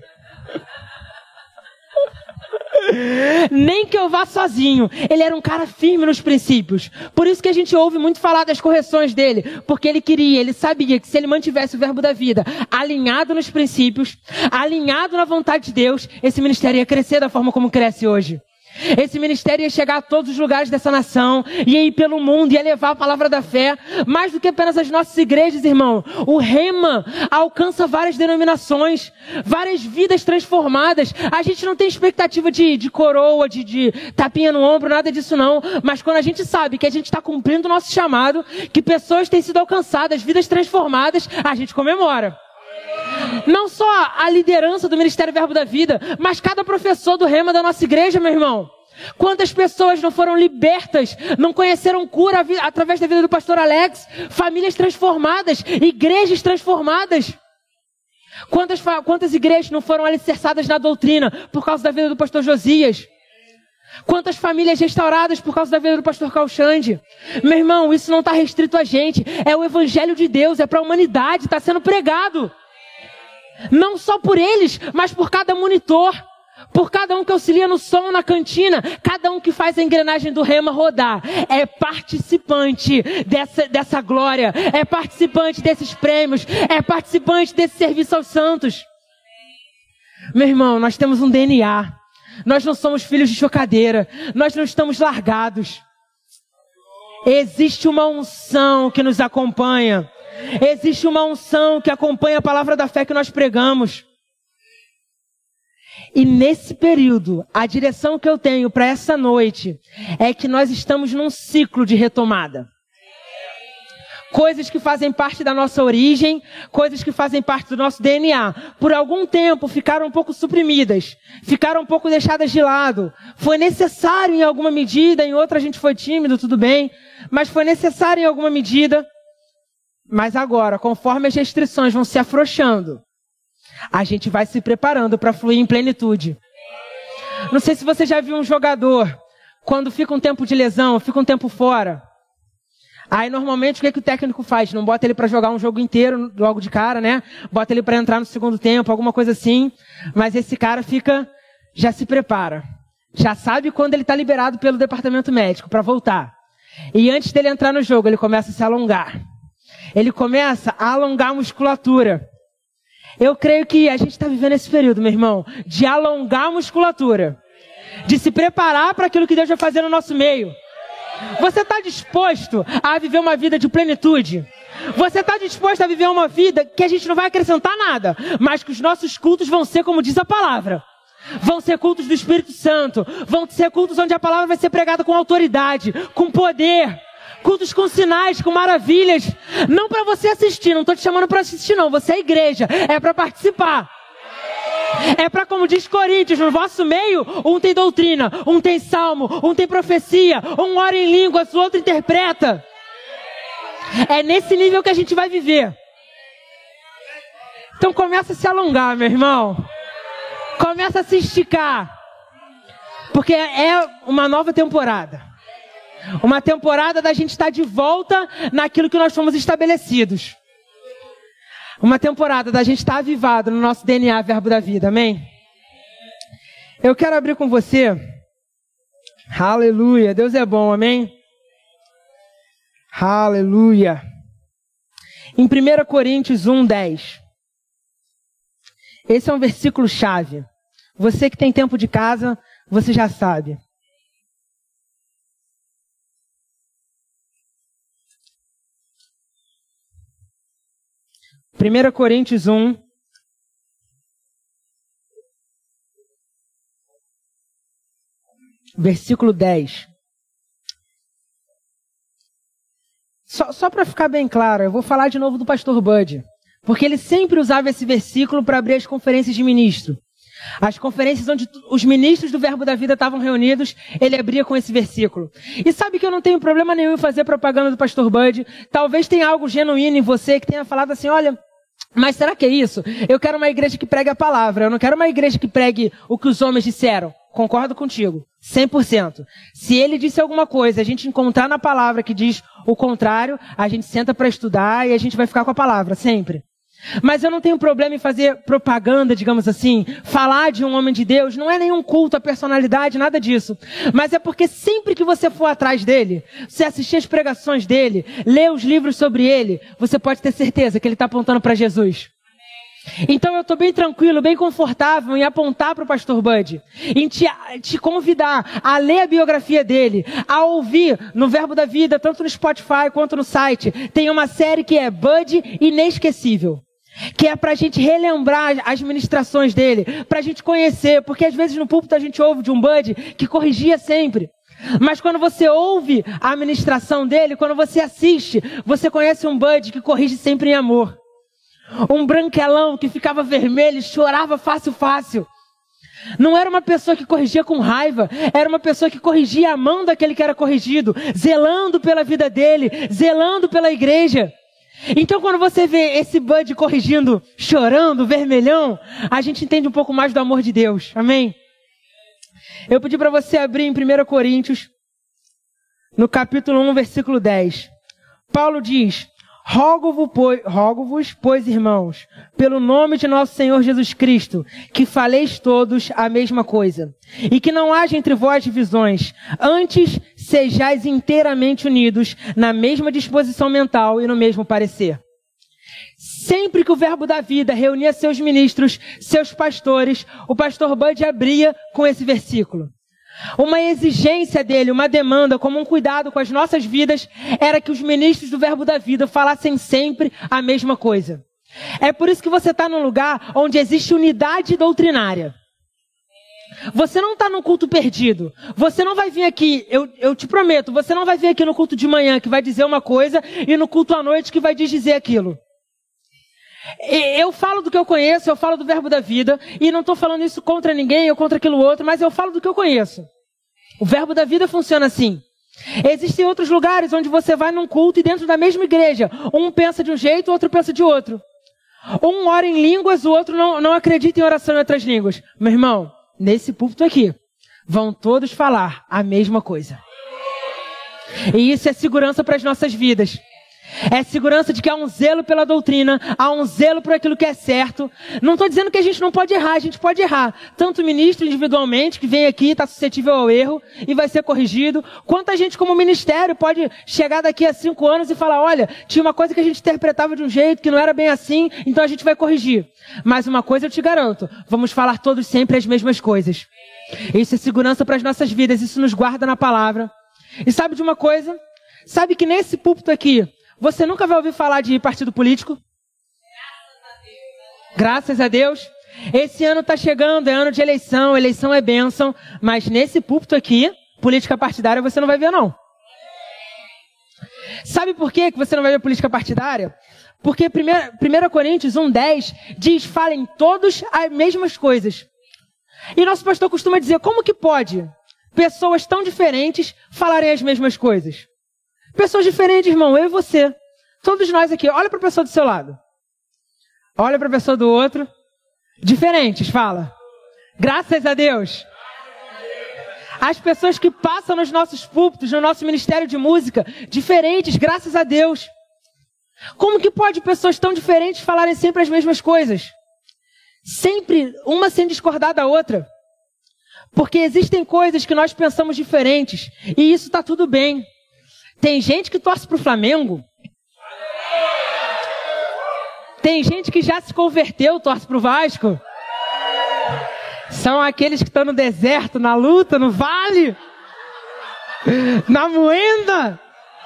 [SPEAKER 2] Nem que eu vá sozinho. Ele era um cara firme nos princípios. Por isso que a gente ouve muito falar das correções dele. Porque ele sabia que se ele mantivesse o Verbo da Vida alinhado nos princípios, alinhado na vontade de Deus, esse ministério ia crescer da forma como cresce hoje. Esse ministério ia chegar a todos os lugares dessa nação, ia ir pelo mundo, ia levar a palavra da fé, mais do que apenas as nossas igrejas, irmão. O Rema alcança várias denominações, várias vidas transformadas. A gente não tem expectativa de coroa, de tapinha no ombro, nada disso não. Mas quando a gente sabe que a gente está cumprindo o nosso chamado, que pessoas têm sido alcançadas, vidas transformadas, a gente comemora. Não só a liderança do Ministério Verbo da Vida, mas cada professor do Rema da nossa igreja, meu irmão. Quantas pessoas não foram libertas, não conheceram cura através da vida do pastor Alex? Famílias transformadas, igrejas transformadas. Quantas igrejas não foram alicerçadas na doutrina por causa da vida do pastor Josias? Quantas famílias restauradas por causa da vida do pastor Calxande? Meu irmão, isso não está restrito a gente. É o evangelho de Deus, é para a humanidade, está sendo pregado. Não só por eles, mas por cada monitor. Por cada um que auxilia no som, na cantina. Cada um que faz a engrenagem do rema rodar. É participante dessa glória. É participante desses prêmios. É participante desse serviço aos santos. Meu irmão, nós temos um DNA. Nós não somos filhos de chocadeira. Nós não estamos largados. Existe uma unção que nos acompanha. Existe uma unção que acompanha a palavra da fé que nós pregamos. E nesse período, a direção que eu tenho para essa noite é que nós estamos num ciclo de retomada. Coisas que fazem parte da nossa origem, coisas que fazem parte do nosso DNA, por algum tempo ficaram um pouco suprimidas, ficaram um pouco deixadas de lado. Foi necessário em alguma medida, em outra a gente foi tímido, tudo bem, mas foi necessário em alguma medida. Mas agora, conforme as restrições vão se afrouxando, a gente vai se preparando para fluir em plenitude. Não sei se você já viu um jogador, quando fica um tempo de lesão, fica um tempo fora. Aí normalmente o que o técnico faz? Não bota ele para jogar um jogo inteiro logo de cara, né? Bota ele para entrar no segundo tempo, alguma coisa assim. Mas esse cara já se prepara. Já sabe quando ele está liberado pelo departamento médico para voltar. E antes dele entrar no jogo, ele começa a se alongar. Ele começa a alongar a musculatura. Eu creio que a gente está vivendo esse período, meu irmão, de alongar a musculatura. De se preparar para aquilo que Deus vai fazer no nosso meio. Você está disposto a viver uma vida de plenitude? Você está disposto a viver uma vida que a gente não vai acrescentar nada, mas que os nossos cultos vão ser como diz a palavra. Vão ser cultos do Espírito Santo. Vão ser cultos onde a palavra vai ser pregada com autoridade, com poder. Cultos com sinais, com maravilhas. Não para você assistir, não estou te chamando para assistir não. Você é igreja, é para participar. É para, como diz Coríntios, no vosso meio, um tem doutrina, um tem salmo, um tem profecia, um ora em línguas, o outro interpreta. É nesse nível que a gente vai viver. Então começa a se alongar, meu irmão. Começa a se esticar. Porque é uma nova temporada. Uma temporada da gente estar de volta naquilo que nós fomos estabelecidos. Uma temporada da gente estar avivado no nosso DNA, verbo da vida, amém? Eu quero abrir com você. Aleluia, Deus é bom, amém? Aleluia. Em 1 Coríntios 1:10. Esse é um versículo chave. Você que tem tempo de casa, você já sabe. Primeira Coríntios 1, versículo 10. Só para ficar bem claro, eu vou falar de novo do pastor Bud, porque ele sempre usava esse versículo para abrir as conferências de ministro. As conferências onde os ministros do Verbo da Vida estavam reunidos, ele abria com esse versículo. E sabe que eu não tenho problema nenhum em fazer propaganda do pastor Bud. Talvez tenha algo genuíno em você que tenha falado assim, olha, mas será que é isso? Eu quero uma igreja que pregue a palavra, eu não quero uma igreja que pregue o que os homens disseram. Concordo contigo, 100%. Se ele disse alguma coisa, a gente encontrar na palavra que diz o contrário, a gente senta para estudar e a gente vai ficar com a palavra, sempre. Mas eu não tenho problema em fazer propaganda, digamos assim, falar de um homem de Deus, não é nenhum culto à personalidade, nada disso. Mas é porque sempre que você for atrás dele, você assistir as pregações dele, ler os livros sobre ele, você pode ter certeza que ele está apontando para Jesus. Então eu estou bem tranquilo, bem confortável em apontar para o pastor Bud, em te convidar a ler a biografia dele, a ouvir no Verbo da Vida, tanto no Spotify quanto no site. Tem uma série que é Bud Inesquecível, que é para a gente relembrar as ministrações dele, para a gente conhecer, porque às vezes no púlpito a gente ouve de um Bud que corrigia sempre. Mas quando você ouve a ministração dele, quando você assiste, você conhece um Bud que corrige sempre em amor. Um branquelão que ficava vermelho e chorava fácil. Não era uma pessoa que corrigia com raiva, era uma pessoa que corrigia amando aquele que era corrigido, zelando pela vida dele, zelando pela igreja. Então quando você vê esse Bud corrigindo, chorando, vermelhão, a gente entende um pouco mais do amor de Deus, amém? Eu pedi para você abrir em 1 Coríntios, no capítulo 1, versículo 10. Paulo diz: Rogo-vos, pois, irmãos, pelo nome de nosso Senhor Jesus Cristo, que faleis todos a mesma coisa, e que não haja entre vós divisões, antes sejais inteiramente unidos na mesma disposição mental e no mesmo parecer. Sempre que o Verbo da Vida reunia seus ministros, seus pastores, o pastor Bud abria com esse versículo. Uma exigência dele, uma demanda, como um cuidado com as nossas vidas, era que os ministros do Verbo da Vida falassem sempre a mesma coisa. É por isso que você está num lugar onde existe unidade doutrinária. Você não está num culto perdido. Você não vai vir aqui, eu te prometo, você não vai vir aqui no culto de manhã que vai dizer uma coisa e no culto à noite que vai dizer aquilo. Eu falo do que eu conheço, eu falo do Verbo da Vida, e não estou falando isso contra ninguém ou contra aquilo outro, mas eu falo do que eu conheço. O Verbo da Vida funciona assim. Existem outros lugares onde você vai num culto e dentro da mesma igreja, um pensa de um jeito, o outro pensa de outro. Um ora em línguas, o outro não acredita em oração em outras línguas. Meu irmão, nesse púlpito aqui, vão todos falar a mesma coisa. E isso é segurança para as nossas vidas. É segurança de que há um zelo pela doutrina, há um zelo por aquilo que é certo. Não estou dizendo que a gente não pode errar, a gente pode errar. Tanto o ministro individualmente, que vem aqui, está suscetível ao erro e vai ser corrigido, quanto a gente como ministério pode chegar daqui a 5 anos e falar: olha, tinha uma coisa que a gente interpretava de um jeito, que não era bem assim, então a gente vai corrigir. Mas uma coisa eu te garanto, vamos falar todos sempre as mesmas coisas. Isso é segurança para as nossas vidas, isso nos guarda na palavra. E sabe de uma coisa? Sabe que nesse púlpito aqui, você nunca vai ouvir falar de partido político? Graças a Deus. Esse ano está chegando, é ano de eleição, eleição é bênção, mas nesse púlpito aqui, política partidária você não vai ver não. Sabe por que você não vai ver política partidária? Porque 1 Coríntios 1:10 diz: falem todos as mesmas coisas. E nosso pastor costuma dizer: como que pode pessoas tão diferentes falarem as mesmas coisas? Pessoas diferentes, irmão, eu e você. Todos nós aqui. Olha para a pessoa do seu lado. Olha para a pessoa do outro. Diferentes, fala. Graças a Deus. As pessoas que passam nos nossos púlpitos, no nosso ministério de música, diferentes, graças a Deus. Como que pode pessoas tão diferentes falarem sempre as mesmas coisas? Sempre, uma sem discordar da outra. Porque existem coisas que nós pensamos diferentes. E isso está tudo bem. Tem gente que torce pro Flamengo. Tem gente que já se converteu, torce pro Vasco. São aqueles que estão no deserto, na luta, no vale, na moenda.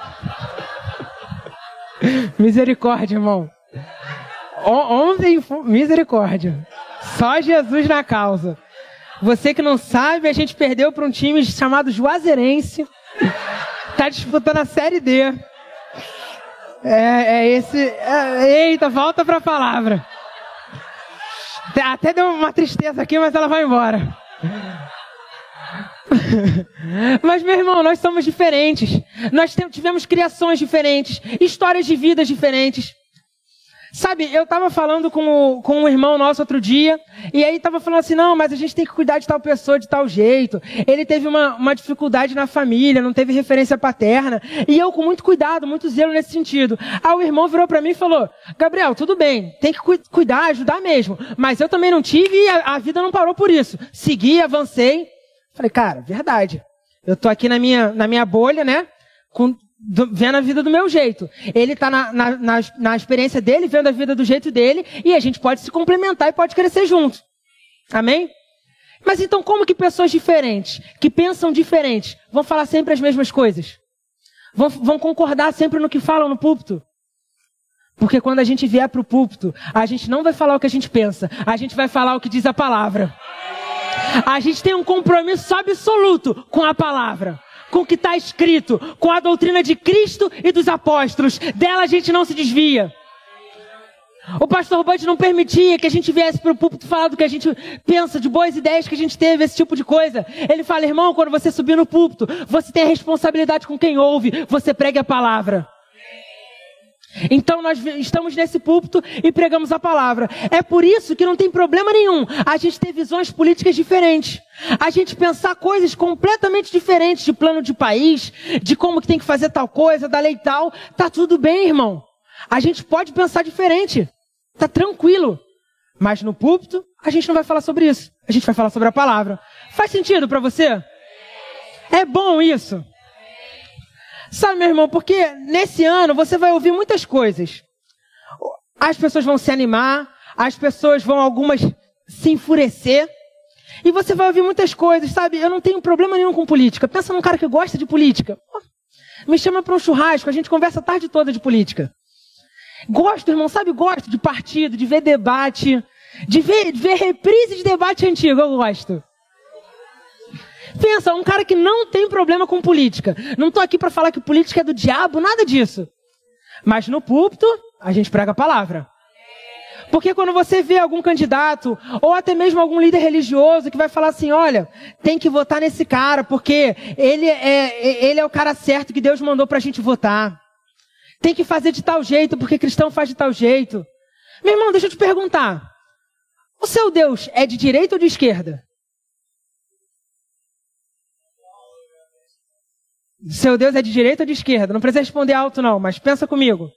[SPEAKER 2] Misericórdia, irmão. Ontem, misericórdia. Só Jesus na causa. Você que não sabe, a gente perdeu para um time chamado Juazeirense. Tá disputando a Série D. Eita, volta pra palavra. Até deu uma tristeza aqui, mas ela vai embora. Mas, meu irmão, nós somos diferentes. Nós tivemos criações diferentes, histórias de vidas diferentes. Sabe, eu estava falando com um irmão nosso outro dia, e aí estava falando assim: não, mas a gente tem que cuidar de tal pessoa de tal jeito. Ele teve uma dificuldade na família, não teve referência paterna, e eu com muito cuidado, muito zelo nesse sentido. Aí o irmão virou para mim e falou: Gabriel, tudo bem, tem que cuidar, ajudar mesmo, mas eu também não tive e a vida não parou por isso. Segui, avancei. Falei: cara, verdade. Eu tô aqui na minha bolha, né, vendo a vida do meu jeito. Ele está na experiência dele, vendo a vida do jeito dele, e a gente pode se complementar e pode crescer junto. Amém? Mas então como que pessoas diferentes, que pensam diferentes, vão falar sempre as mesmas coisas? Vão concordar sempre no que falam no púlpito? Porque quando a gente vier para o púlpito, a gente não vai falar o que a gente pensa, a gente vai falar o que diz a palavra. A gente tem um compromisso absoluto com a palavra, com o que está escrito, com a doutrina de Cristo e dos apóstolos. Dela a gente não se desvia. O pastor Bud não permitia que a gente viesse para o púlpito falar do que a gente pensa, de boas ideias que a gente teve, esse tipo de coisa. Ele fala, irmão, quando você subir no púlpito, você tem a responsabilidade com quem ouve, você pregue a palavra. Então nós estamos nesse púlpito e pregamos a palavra. É por isso que não tem problema nenhum a gente ter visões políticas diferentes. A gente pensar coisas completamente diferentes de plano de país, de como que tem que fazer tal coisa, da lei tal. Tá tudo bem, irmão. A gente pode pensar diferente. Tá tranquilo. Mas no púlpito, a gente não vai falar sobre isso. A gente vai falar sobre a palavra. Faz sentido para você? É bom isso? Sabe, meu irmão, porque nesse ano você vai ouvir muitas coisas. As pessoas vão se animar, as pessoas vão algumas se enfurecer, e você vai ouvir muitas coisas, sabe? Eu não tenho problema nenhum com política. Pensa num cara que gosta de política. Me chama para um churrasco, a gente conversa a tarde toda de política. Gosto, irmão, sabe? Gosto de partido, de ver debate, de ver reprise de debate antigo, eu gosto. Pensa, um cara que não tem problema com política. Não estou aqui para falar que política é do diabo, nada disso. Mas no púlpito, a gente prega a palavra. Porque quando você vê algum candidato, ou até mesmo algum líder religioso que vai falar assim, olha, tem que votar nesse cara, porque ele é o cara certo que Deus mandou para a gente votar. Tem que fazer de tal jeito, porque cristão faz de tal jeito. Meu irmão, deixa eu te perguntar. O seu Deus é de direita ou de esquerda? Seu Deus é de direita ou de esquerda? Não precisa responder alto não, mas pensa comigo.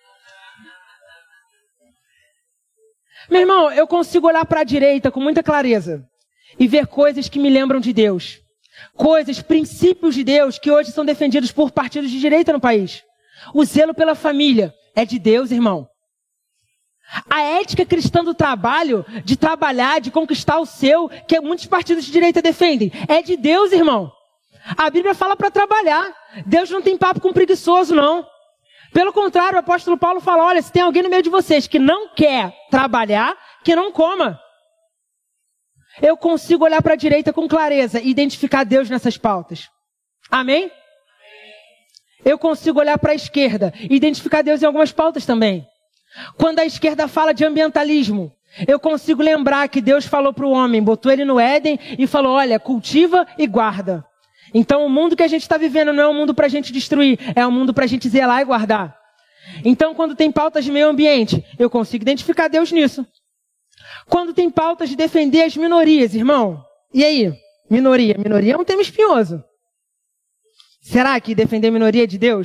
[SPEAKER 2] Meu irmão, eu consigo olhar para a direita com muita clareza e ver coisas que me lembram de Deus. Coisas, princípios de Deus que hoje são defendidos por partidos de direita no país. O zelo pela família é de Deus, irmão. A ética cristã do trabalho, de trabalhar, de conquistar o seu, que muitos partidos de direita defendem, é de Deus, irmão. A Bíblia fala para trabalhar. Deus não tem papo com preguiçoso, não. Pelo contrário, o apóstolo Paulo fala, olha, se tem alguém no meio de vocês que não quer trabalhar, que não coma. Eu consigo olhar para a direita com clareza e identificar Deus nessas pautas. Amém? Eu consigo olhar para a esquerda e identificar Deus em algumas pautas também. Quando a esquerda fala de ambientalismo, eu consigo lembrar que Deus falou para o homem, botou ele no Éden e falou, olha, cultiva e guarda. Então o mundo que a gente está vivendo não é um mundo para a gente destruir, é um mundo para a gente zelar e guardar. Então quando tem pautas de meio ambiente, eu consigo identificar Deus nisso. Quando tem pautas de defender as minorias, irmão, e aí? Minoria é um tema espinhoso. Será que defender a minoria é de Deus?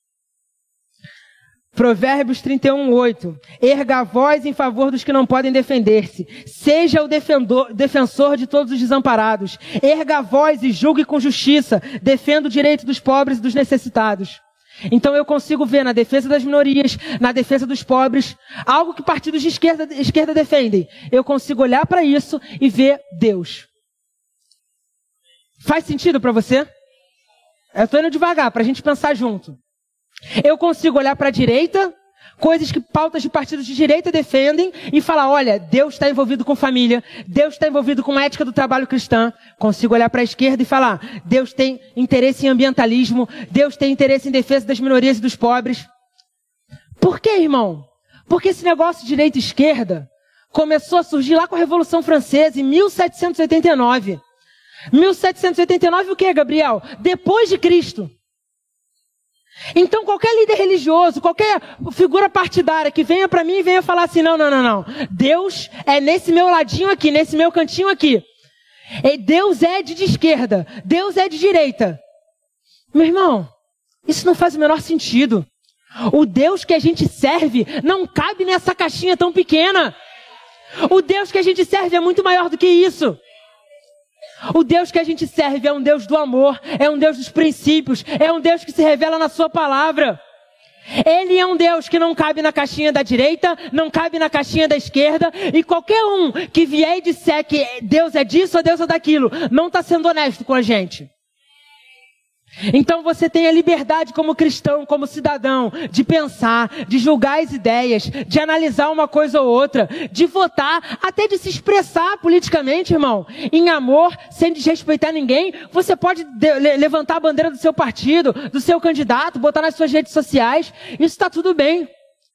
[SPEAKER 2] Provérbios 31:8. Erga a voz em favor dos que não podem defender-se. Seja o defensor de todos os desamparados. Erga a voz e julgue com justiça. Defenda o direito dos pobres e dos necessitados. Então eu consigo ver na defesa das minorias, na defesa dos pobres, algo que partidos de esquerda defendem. Eu consigo olhar para isso e ver Deus. Faz sentido para você? Eu estou indo devagar para a gente pensar junto. Eu consigo olhar para a direita, coisas que pautas de partidos de direita defendem, e falar, olha, Deus está envolvido com família, Deus está envolvido com a ética do trabalho cristã. Consigo olhar para a esquerda e falar, Deus tem interesse em ambientalismo, Deus tem interesse em defesa das minorias e dos pobres. Por quê, irmão? Porque esse negócio de direita e esquerda começou a surgir lá com a Revolução Francesa, em 1789. 1789 o que, Gabriel? Depois de Cristo. Então qualquer líder religioso, qualquer figura partidária que venha para mim e venha falar assim, não. Deus é nesse meu ladinho aqui, nesse meu cantinho aqui. E Deus é de esquerda, Deus é de direita. Meu irmão, isso não faz o menor sentido. O Deus que a gente serve não cabe nessa caixinha tão pequena. O Deus que a gente serve é muito maior do que isso. O Deus que a gente serve é um Deus do amor, é um Deus dos princípios, é um Deus que se revela na sua palavra. Ele é um Deus que não cabe na caixinha da direita, não cabe na caixinha da esquerda, e qualquer um que vier e disser que Deus é disso ou Deus é daquilo, não está sendo honesto com a gente. Então você tem a liberdade como cristão, como cidadão, de pensar, de julgar as ideias, de analisar uma coisa ou outra, de votar, até de se expressar politicamente, irmão, em amor, sem desrespeitar ninguém. Você pode levantar a bandeira do seu partido, do seu candidato, botar nas suas redes sociais, isso está tudo bem.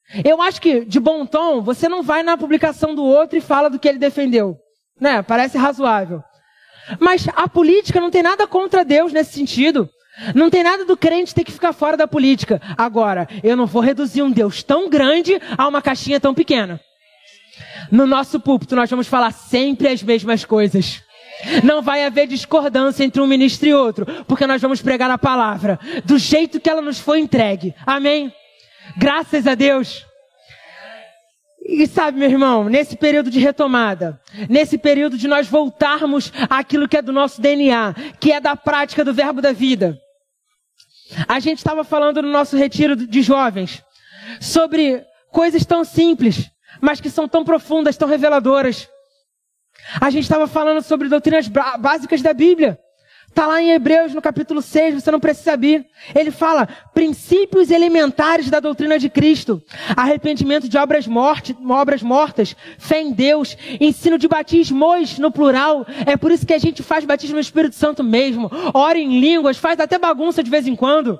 [SPEAKER 2] Eu acho que, de bom tom, você não vai na publicação do outro e fala do que ele defendeu. Né? Parece razoável. Mas a política não tem nada contra Deus nesse sentido. Não tem nada do crente ter que ficar fora da política. Agora, eu não vou reduzir um Deus tão grande a uma caixinha tão pequena. No nosso púlpito, nós vamos falar sempre as mesmas coisas. Não vai haver discordância entre um ministro e outro, porque nós vamos pregar a palavra do jeito que ela nos foi entregue. Amém? Graças a Deus. E sabe, meu irmão, nesse período de retomada, nesse período de nós voltarmos àquilo que é do nosso DNA, que é da prática do verbo da vida, a gente estava falando no nosso retiro de jovens sobre coisas tão simples, mas que são tão profundas, tão reveladoras. A gente estava falando sobre doutrinas básicas da Bíblia. Está lá em Hebreus, no capítulo 6, você não precisa abrir. Ele fala, princípios elementares da doutrina de Cristo. Arrependimento de obras mortas, fé em Deus, ensino de batismos no plural. É por isso que a gente faz batismo no Espírito Santo mesmo. Ora em línguas, faz até bagunça de vez em quando.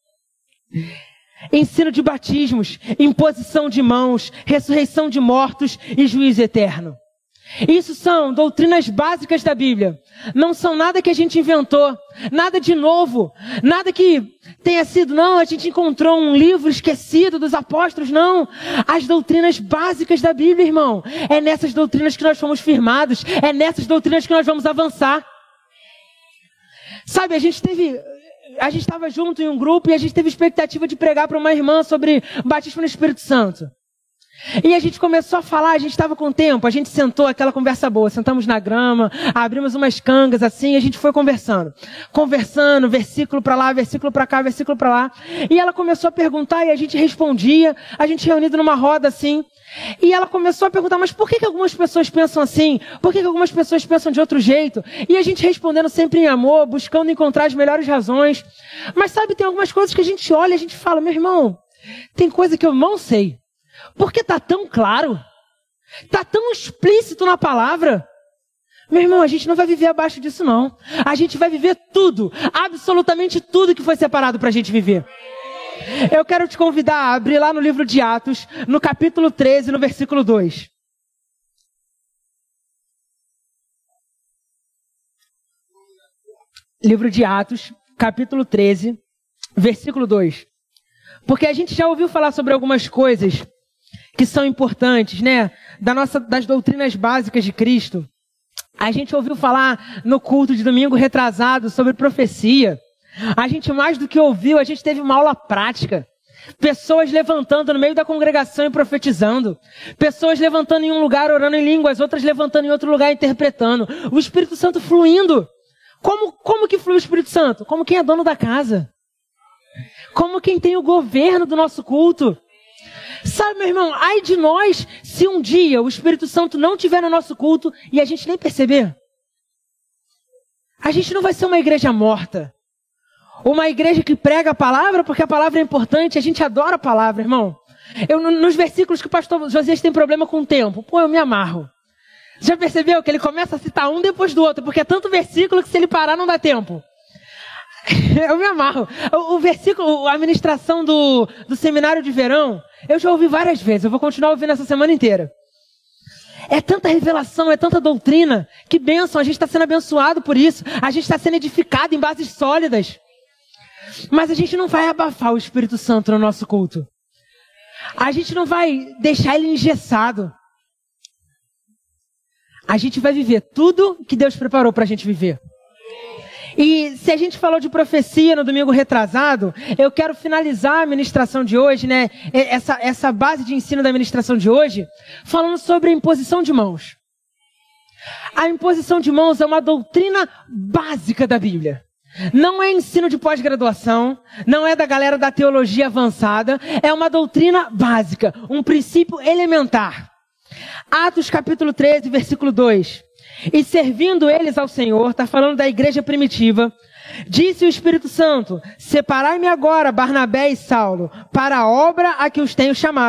[SPEAKER 2] Ensino de batismos, imposição de mãos, ressurreição de mortos e juízo eterno. Isso são doutrinas básicas da Bíblia. Não são nada que a gente inventou, nada de novo, nada que tenha sido, não, a gente encontrou um livro esquecido dos apóstolos, não. As doutrinas básicas da Bíblia, irmão, é nessas doutrinas que nós fomos firmados, é nessas doutrinas que nós vamos avançar. Sabe, a gente estava junto em um grupo e a gente teve expectativa de pregar para uma irmã sobre batismo no Espírito Santo. E a gente começou a falar, a gente estava com tempo, a gente sentou, aquela conversa boa, sentamos na grama, abrimos umas cangas assim, e a gente foi conversando, versículo para lá, versículo para cá, versículo para lá. E ela começou a perguntar e a gente respondia, a gente reunido numa roda assim. E ela começou a perguntar, mas por que algumas pessoas pensam assim? Por que algumas pessoas pensam de outro jeito? E a gente respondendo sempre em amor, buscando encontrar as melhores razões. Mas sabe, tem algumas coisas que a gente olha e a gente fala, meu irmão, tem coisa que eu não sei. Porque está tão claro, está tão explícito na palavra. Meu irmão, a gente não vai viver abaixo disso não. A gente vai viver tudo, absolutamente tudo que foi separado para a gente viver. Eu quero te convidar a abrir lá no livro de Atos, no capítulo 13, no versículo 2. Livro de Atos, capítulo 13, versículo 2. Porque a gente já ouviu falar sobre algumas coisas que são importantes, né? Das doutrinas básicas de Cristo. A gente ouviu falar no culto de domingo retrasado sobre profecia. A gente mais do que ouviu, a gente teve uma aula prática. Pessoas levantando no meio da congregação e profetizando. Pessoas levantando em um lugar orando em línguas, outras levantando em outro lugar interpretando. O Espírito Santo fluindo. Como que flui o Espírito Santo? Como quem é dono da casa. Como quem tem o governo do nosso culto. Sabe, meu irmão, ai de nós se um dia o Espírito Santo não estiver no nosso culto e a gente nem perceber. A gente não vai ser uma igreja morta. Uma igreja que prega a palavra porque a palavra é importante. A gente adora a palavra, irmão. Nos versículos que o pastor Josias tem problema com o tempo, eu me amarro. Já percebeu que ele começa a citar um depois do outro, porque é tanto versículo que se ele parar não dá tempo. Eu me amarro. O versículo, a ministração do seminário de verão, eu já ouvi várias vezes. Eu vou continuar ouvindo essa semana inteira. É tanta revelação, é tanta doutrina. Que bênção, a gente está sendo abençoado por isso. A gente está sendo edificado em bases sólidas. Mas a gente não vai abafar o Espírito Santo no nosso culto. A gente não vai deixar ele engessado. A gente vai viver tudo que Deus preparou para a gente viver. E se a gente falou de profecia no domingo retrasado, eu quero finalizar a ministração de hoje, né? Essa base de ensino da ministração de hoje, falando sobre a imposição de mãos. A imposição de mãos é uma doutrina básica da Bíblia. Não é ensino de pós-graduação, não é da galera da teologia avançada, é uma doutrina básica, um princípio elementar. Atos capítulo 13, versículo 2. E servindo eles ao Senhor, está falando da igreja primitiva, disse o Espírito Santo, separai-me agora Barnabé e Saulo, para a obra a que os tenho chamado.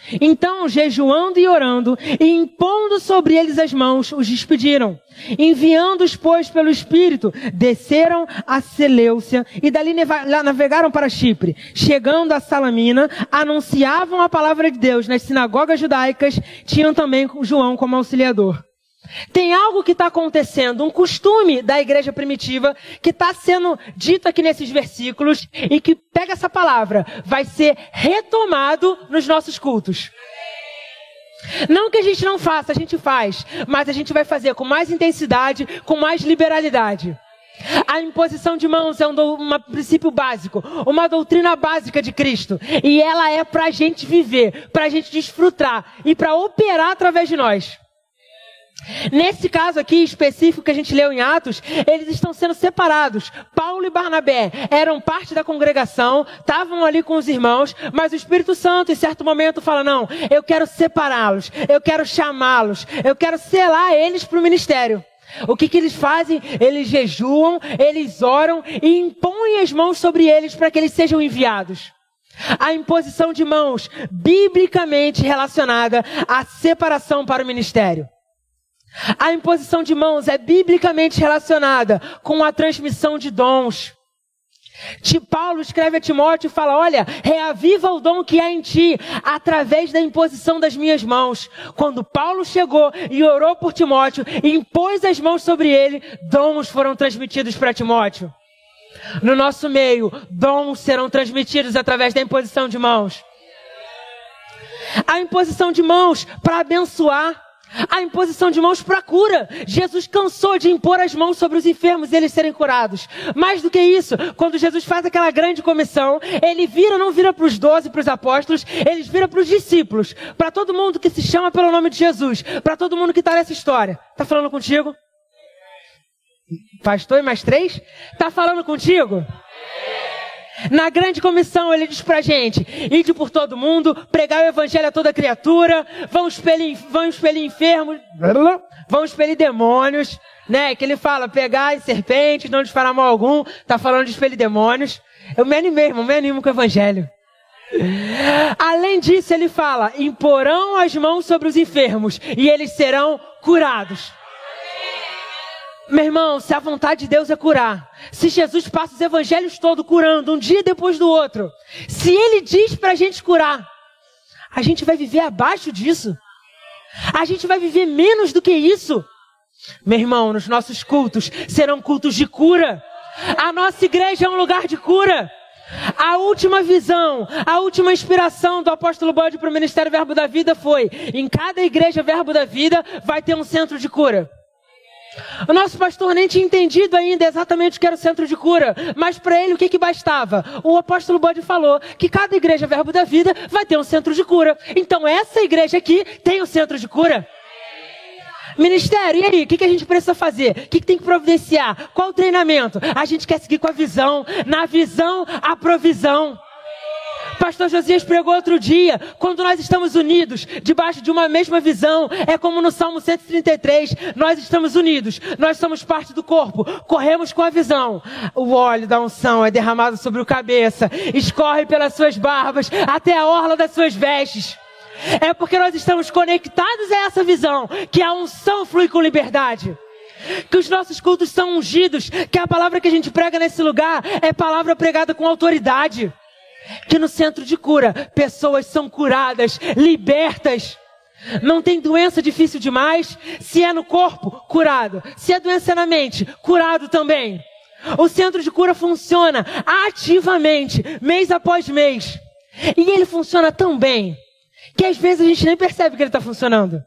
[SPEAKER 2] Então, jejuando e orando, e impondo sobre eles as mãos, os despediram. Enviando-os, pois, pelo Espírito, desceram a Seleucia e dali navegaram para Chipre. Chegando a Salamina, anunciavam a palavra de Deus nas sinagogas judaicas, tinham também João como auxiliador. Tem algo que está acontecendo, um costume da igreja primitiva, que está sendo dito aqui nesses versículos, e que pega essa palavra, vai ser retomado nos nossos cultos. Não que a gente não faça, a gente faz, mas a gente vai fazer com mais intensidade, com mais liberalidade. A imposição de mãos é um princípio básico, uma doutrina básica de Cristo, e ela é para a gente viver, para a gente desfrutar e para operar através de nós. Nesse caso aqui específico que a gente leu em Atos, eles estão sendo separados. Paulo e Barnabé eram parte da congregação, estavam ali com os irmãos, mas o Espírito Santo em certo momento fala, não, eu quero separá-los, eu quero chamá-los, eu quero selar eles para o ministério. O que eles fazem? Eles jejuam, eles oram e impõem as mãos sobre eles para que eles sejam enviados. A imposição de mãos, biblicamente relacionada à separação para o ministério. A imposição de mãos é biblicamente relacionada com a transmissão de dons. Paulo escreve a Timóteo e fala, olha, reaviva o dom que há em ti, através da imposição das minhas mãos. Quando Paulo chegou e orou por Timóteo, e impôs as mãos sobre ele, dons foram transmitidos para Timóteo. No nosso meio, dons serão transmitidos através da imposição de mãos. A imposição de mãos para abençoar. A imposição de mãos para cura. Jesus cansou de impor as mãos sobre os enfermos e eles serem curados. Mais do que isso, quando Jesus faz aquela grande comissão, ele não vira para os 12, para os apóstolos, ele vira para os discípulos, para todo mundo que se chama pelo nome de Jesus, para todo mundo que está nessa história. Está falando contigo? Pastor e mais 3? Está falando contigo? Na grande comissão ele diz pra gente, ide por todo mundo, pregar o evangelho a toda criatura, vão expelir enfermos, vão expelir demônios, né? Que ele fala, pegar em serpentes, não lhes fará mal algum, tá falando de expelir demônios. Eu me animo com o evangelho. Além disso ele fala, imporão as mãos sobre os enfermos e eles serão curados. Meu irmão, se a vontade de Deus é curar, se Jesus passa os evangelhos todos curando, um dia depois do outro, se Ele diz pra gente curar, a gente vai viver abaixo disso? A gente vai viver menos do que isso? Meu irmão, nos nossos cultos serão cultos de cura. A nossa igreja é um lugar de cura. A última visão, a última inspiração do apóstolo Bode para o Ministério Verbo da Vida foi, em cada igreja Verbo da Vida vai ter um centro de cura. O nosso pastor nem tinha entendido ainda exatamente o que era o centro de cura, mas para ele o que bastava? O apóstolo Bode falou que cada igreja Verbo da Vida vai ter um centro de cura. Então essa igreja aqui tem um centro de cura. Ministério, e aí? O que a gente precisa fazer? O que tem que providenciar? Qual o treinamento? A gente quer seguir com a visão. Na visão, a provisão. Pastor Josias pregou outro dia, quando nós estamos unidos, debaixo de uma mesma visão, é como no Salmo 133, nós estamos unidos, nós somos parte do corpo, corremos com a visão. O óleo da unção é derramado sobre o cabeça, escorre pelas suas barbas, até a orla das suas vestes. É porque nós estamos conectados a essa visão, que a unção flui com liberdade. Que os nossos cultos são ungidos, que a palavra que a gente prega nesse lugar é palavra pregada com autoridade. Que no centro de cura, pessoas são curadas, libertas. Não tem doença difícil demais. Se é no corpo, curado. Se é doença na mente, curado também. O centro de cura funciona ativamente, mês após mês. E ele funciona tão bem, que às vezes a gente nem percebe que ele está funcionando.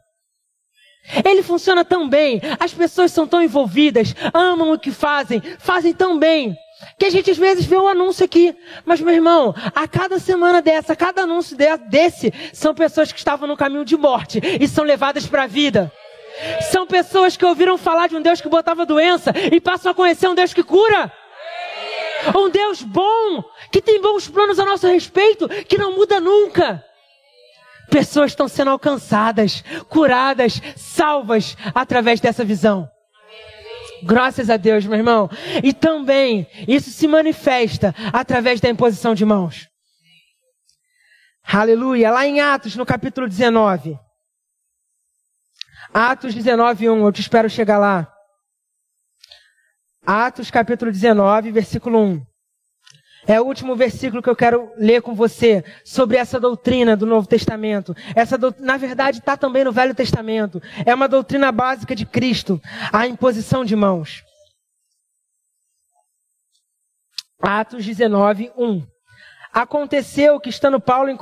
[SPEAKER 2] Ele funciona tão bem, as pessoas são tão envolvidas, amam o que fazem, fazem tão bem, que a gente às vezes vê o anúncio aqui. Mas, meu irmão, a cada semana dessa, a cada anúncio desse, são pessoas que estavam no caminho de morte e são levadas para a vida. São pessoas que ouviram falar de um Deus que botava doença e passam a conhecer um Deus que cura. Um Deus bom, que tem bons planos a nosso respeito, que não muda nunca. Pessoas estão sendo alcançadas, curadas, salvas através dessa visão. Graças a Deus, meu irmão. E também, isso se manifesta através da imposição de mãos. Aleluia. Lá em Atos, no capítulo 19. Atos 19:1. Eu te espero chegar lá. Atos, capítulo 19, versículo 1. É o último versículo que eu quero ler com você sobre essa doutrina do Novo Testamento. Na verdade, está também no Velho Testamento. É uma doutrina básica de Cristo, a imposição de mãos. Atos 19:1. Aconteceu que estando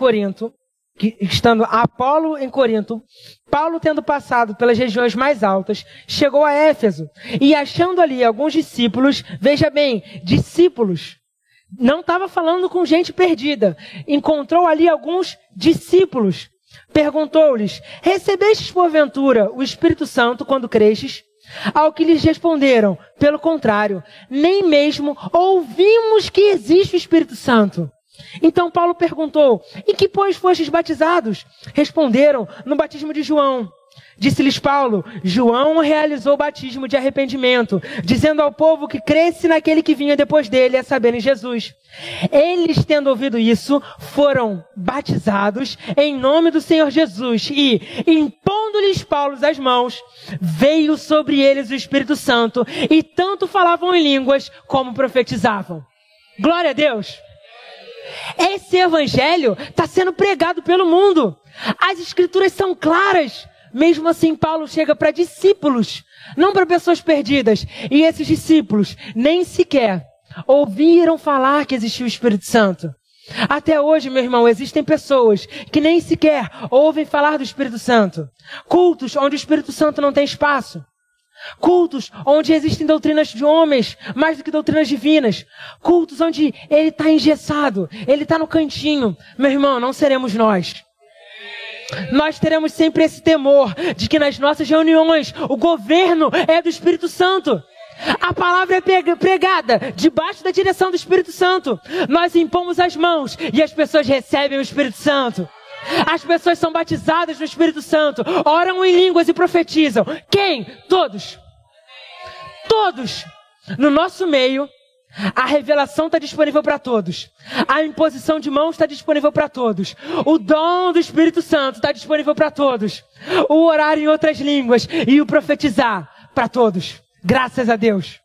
[SPEAKER 2] Apolo em Corinto, Paulo, tendo passado pelas regiões mais altas, chegou a Éfeso e achando ali alguns discípulos, veja bem, discípulos, não estava falando com gente perdida, encontrou ali alguns discípulos, perguntou-lhes: recebestes porventura o Espírito Santo quando crestes? Ao que lhes responderam: pelo contrário, nem mesmo ouvimos que existe o Espírito Santo. Então Paulo perguntou: em que, pois, fostes batizados? Responderam: no batismo de João. Disse-lhes Paulo: João realizou o batismo de arrependimento, dizendo ao povo que cresce naquele que vinha depois dele, a saber, em Jesus. Eles, tendo ouvido isso, foram batizados em nome do Senhor Jesus e, impondo-lhes Paulo as mãos, veio sobre eles o Espírito Santo e tanto falavam em línguas como profetizavam. Glória a Deus! Esse evangelho está sendo pregado pelo mundo. As escrituras são claras. Mesmo assim, Paulo chega para discípulos, não para pessoas perdidas. E esses discípulos nem sequer ouviram falar que existia o Espírito Santo. Até hoje, meu irmão, existem pessoas que nem sequer ouvem falar do Espírito Santo. Cultos onde o Espírito Santo não tem espaço. Cultos onde existem doutrinas de homens mais do que doutrinas divinas. Cultos onde ele está engessado, ele está no cantinho. Meu irmão, não seremos nós. Nós teremos sempre esse temor de que nas nossas reuniões o governo é do Espírito Santo. A palavra é pregada debaixo da direção do Espírito Santo. Nós impomos as mãos e as pessoas recebem o Espírito Santo. As pessoas são batizadas no Espírito Santo, oram em línguas e profetizam. Quem? Todos. Todos. No nosso meio, a revelação está disponível para todos. A imposição de mãos está disponível para todos. O dom do Espírito Santo está disponível para todos. O orar em outras línguas e o profetizar para todos. Graças a Deus.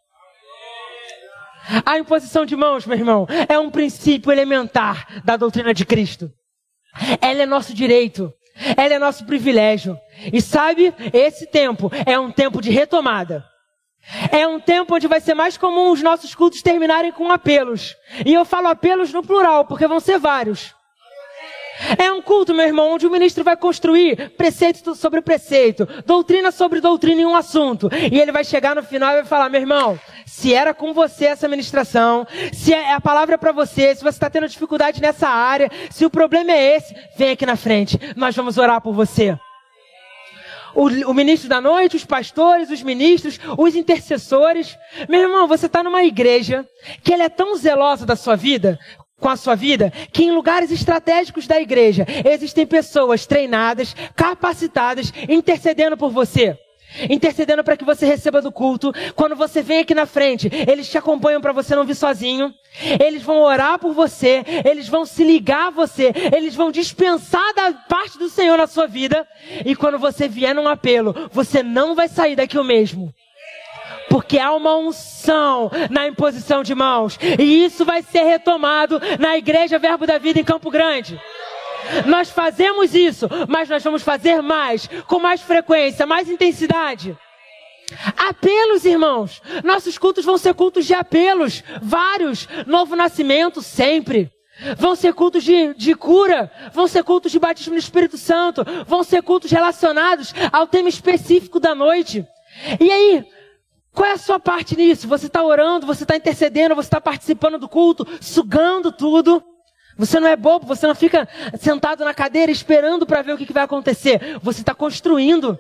[SPEAKER 2] A imposição de mãos, meu irmão, é um princípio elementar da doutrina de Cristo. Ela é nosso direito, ela é nosso privilégio. E sabe, esse tempo é um tempo de retomada. É um tempo onde vai ser mais comum os nossos cultos terminarem com apelos. E eu falo apelos no plural, porque vão ser vários. É um culto, meu irmão, onde o ministro vai construir preceito sobre preceito, doutrina sobre doutrina em um assunto. E ele vai chegar no final e vai falar: meu irmão, se era com você essa ministração, se a palavra é para você, se você está tendo dificuldade nessa área, se o problema é esse, vem aqui na frente, nós vamos orar por você. O ministro da noite, os pastores, os ministros, os intercessores. Meu irmão, você está numa igreja que ela é tão zelosa da sua vida, com a sua vida, que em lugares estratégicos da igreja existem pessoas treinadas, capacitadas, intercedendo por você. Intercedendo para que você receba do culto. Quando você vem aqui na frente, eles te acompanham para você não vir sozinho. Eles vão orar por você, eles vão se ligar a você, eles vão dispensar da parte do Senhor na sua vida. E quando você vier num apelo, você não vai sair daqui o mesmo. Porque há uma unção na imposição de mãos. E isso vai ser retomado na Igreja Verbo da Vida em Campo Grande. Nós fazemos isso, mas nós vamos fazer mais, com mais frequência, mais intensidade. Apelos, irmãos. Nossos cultos vão ser cultos de apelos, vários. Novo nascimento, sempre. Vão ser cultos de cura, vão ser cultos de batismo no Espírito Santo, vão ser cultos relacionados ao tema específico da noite. E aí, qual é a sua parte nisso? Você está orando, você está intercedendo, você está participando do culto, sugando tudo. Você não é bobo, você não fica sentado na cadeira esperando para ver o que vai acontecer. Você está construindo.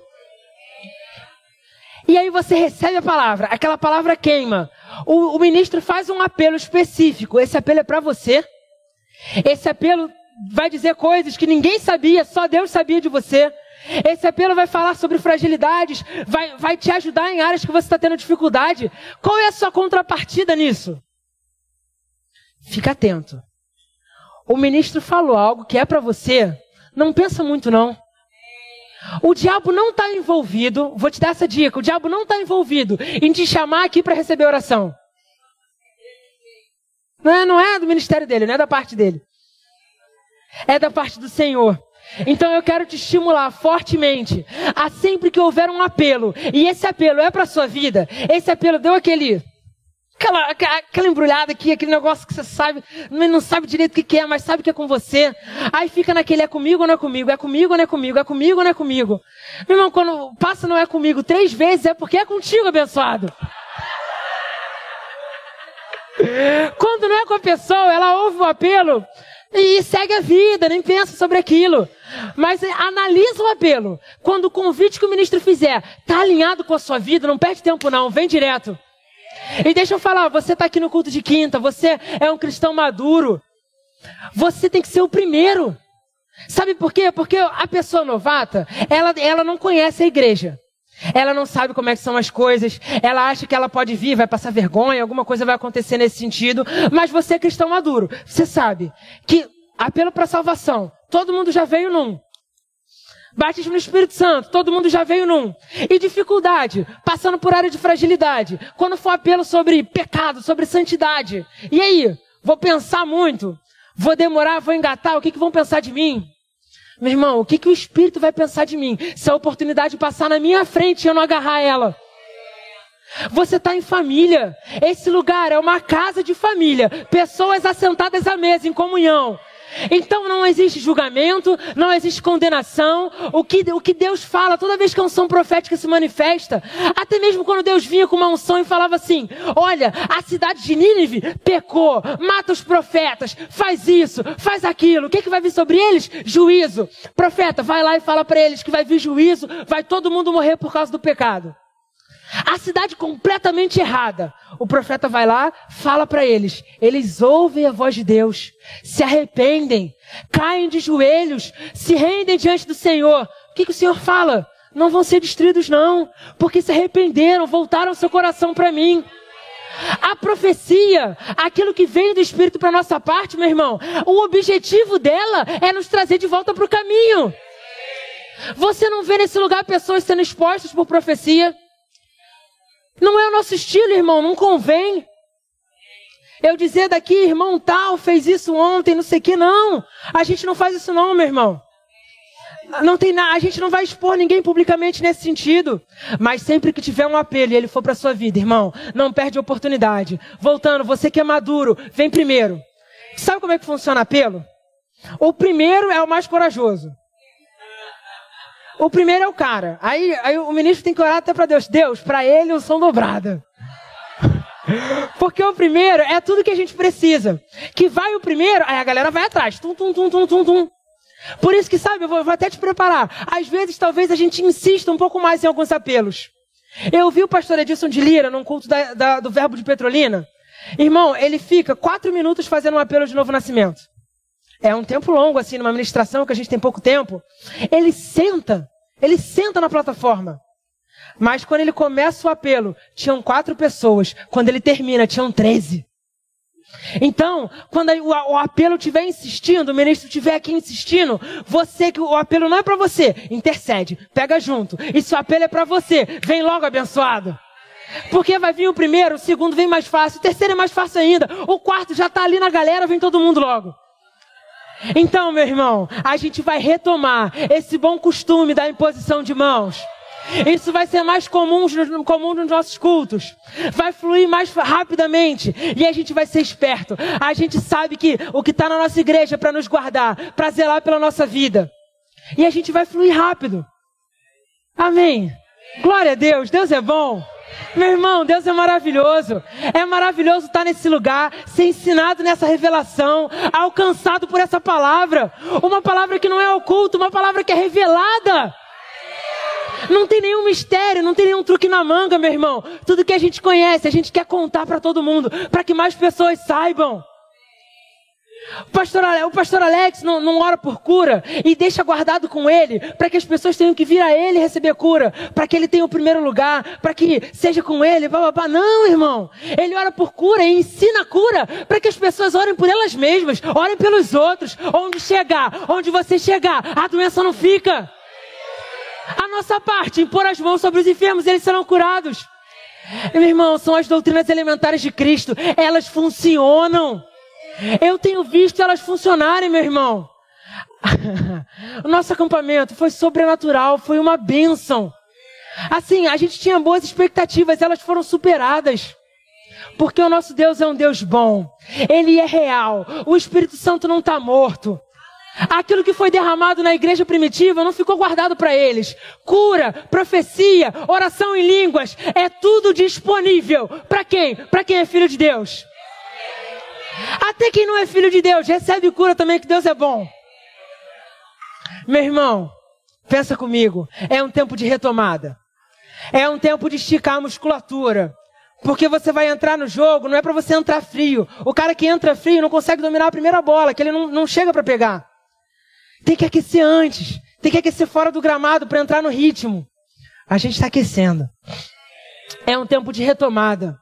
[SPEAKER 2] E aí você recebe a palavra, aquela palavra queima. O ministro faz um apelo específico. Esse apelo é para você. Esse apelo vai dizer coisas que ninguém sabia, só Deus sabia de você. Esse apelo vai falar sobre fragilidades, vai te ajudar em áreas que você está tendo dificuldade. Qual é a sua contrapartida nisso? Fica atento. o ministro falou algo que é para você, não pensa muito não. O diabo não está envolvido, vou te dar essa dica, o diabo não está envolvido em te chamar aqui para receber oração. Não é do ministério dele, não é da parte dele. É da parte do Senhor. Então eu quero te estimular fortemente a sempre que houver um apelo, e esse apelo é para a sua vida, esse apelo deu aquela embrulhada aqui, aquele negócio que você sabe, não sabe direito o que é, mas sabe que é com você. Aí fica naquele é comigo ou não é comigo, é comigo ou não é comigo, é comigo ou não é comigo. Meu irmão, quando passa não é comigo 3 vezes, é porque é contigo, abençoado. Quando não é com a pessoa, ela ouve o apelo e segue a vida, nem pensa sobre aquilo. Mas analisa o apelo. Quando o convite que o ministro fizer está alinhado com a sua vida, não perde tempo não, vem direto. E deixa eu falar, você está aqui no culto de quinta, você é um cristão maduro. Você tem que ser o primeiro. Sabe por quê? Porque a pessoa novata, ela não conhece a igreja. Ela não sabe como é que são as coisas, ela acha que ela pode vir, vai passar vergonha, alguma coisa vai acontecer nesse sentido, mas você é cristão maduro, você sabe que apelo para salvação, todo mundo já veio num. Batismo no Espírito Santo, todo mundo já veio num. E dificuldade, passando por área de fragilidade, quando for apelo sobre pecado, sobre santidade, e aí, vou pensar muito, vou demorar, vou engatar, o que vão pensar de mim? Meu irmão, o que o Espírito vai pensar de mim se a oportunidade passar na minha frente e eu não agarrar ela? Você está em família. Esse lugar é uma casa de família. Pessoas assentadas à mesa, em comunhão. Então não existe julgamento, não existe condenação. O que Deus fala toda vez que a unção profética se manifesta, até mesmo quando Deus vinha com uma unção e falava assim, olha, a cidade de Nínive pecou, mata os profetas, faz isso, faz aquilo. O que vai vir sobre eles? Juízo. Profeta, vai lá e fala para eles que vai vir juízo, vai todo mundo morrer por causa do pecado. A cidade completamente errada. O profeta vai lá, fala para eles. Eles ouvem a voz de Deus, se arrependem, caem de joelhos, se rendem diante do Senhor. O que o Senhor fala? Não vão ser destruídos não, porque se arrependeram, voltaram seu coração para mim. A profecia, aquilo que vem do Espírito para nossa parte, meu irmão, o objetivo dela é nos trazer de volta para o caminho. Você não vê nesse lugar pessoas sendo expostas por profecia? Não é o nosso estilo, irmão, não convém. Eu dizer daqui, irmão tal, fez isso ontem, não sei o que, não. A gente não faz isso não, meu irmão. Não tem nada, a gente não vai expor ninguém publicamente nesse sentido. Mas sempre que tiver um apelo e ele for para sua vida, irmão, não perde a oportunidade. Voltando, você que é maduro, vem primeiro. Sabe como é que funciona apelo? O primeiro é o mais corajoso. O primeiro é o cara. Aí o ministro tem que orar até para Deus. Deus, para ele unção dobrada. Porque o primeiro é tudo que a gente precisa. Que vai o primeiro, aí a galera vai atrás. Tum, tum, tum, tum, tum, tum. Por isso que, sabe, eu vou até te preparar. Às vezes, talvez a gente insista um pouco mais em alguns apelos. Eu vi o pastor Edilson de Lira num culto do Verbo de Petrolina. Irmão, ele fica 4 minutos fazendo um apelo de novo nascimento. É um tempo longo, assim, numa ministração que a gente tem pouco tempo. Ele senta na plataforma. Mas quando ele começa o apelo, tinham 4 pessoas. Quando ele termina, tinham 13. Então, quando o apelo estiver insistindo, o ministro estiver aqui insistindo, que o apelo não é para você, intercede, pega junto. E se o apelo é para você, vem logo abençoado. Porque vai vir o primeiro, o segundo vem mais fácil, o terceiro é mais fácil ainda, o quarto já está ali na galera, vem todo mundo logo. Então, meu irmão, a gente vai retomar esse bom costume da imposição de mãos. Isso vai ser mais comum nos nossos cultos. Vai fluir mais rapidamente. E a gente vai ser esperto. A gente sabe que o que está na nossa igreja é para nos guardar, para zelar pela nossa vida. E a gente vai fluir rápido. Amém. Glória a Deus. Deus é bom. Meu irmão, Deus é maravilhoso. É maravilhoso estar nesse lugar, ser ensinado nessa revelação, alcançado por essa palavra. Uma palavra que não é oculta, uma palavra que é revelada. Não tem nenhum mistério, não tem nenhum truque na manga, meu irmão. Tudo que a gente conhece, a gente quer contar para todo mundo, para que mais pessoas saibam. O pastor Alex não ora por cura e deixa guardado com ele, para que as pessoas tenham que vir a ele receber cura, para que ele tenha o primeiro lugar, para que seja com ele, bababá. Não, irmão. Ele ora por cura e ensina a cura, para que as pessoas orem por elas mesmas, orem pelos outros. Onde você chegar, a doença não fica. A nossa parte, impor as mãos sobre os enfermos, eles serão curados. Meu irmão, são as doutrinas elementares de Cristo, elas funcionam. Eu tenho visto elas funcionarem, meu irmão. O nosso acampamento foi sobrenatural, foi uma bênção. Assim, a gente tinha boas expectativas, elas foram superadas. Porque o nosso Deus é um Deus bom. Ele é real. O Espírito Santo não está morto. Aquilo que foi derramado na igreja primitiva não ficou guardado para eles. Cura, profecia, oração em línguas, é tudo disponível. Para quem? Para quem é filho de Deus. Até quem não é filho de Deus recebe cura também, que Deus é bom. Meu irmão, pensa comigo. É um tempo de retomada. É um tempo de esticar a musculatura. Porque você vai entrar no jogo, não é para você entrar frio. O cara que entra frio não consegue dominar a primeira bola, que ele não chega para pegar. Tem que aquecer antes. Tem que aquecer fora do gramado para entrar no ritmo. A gente está aquecendo. É um tempo de retomada.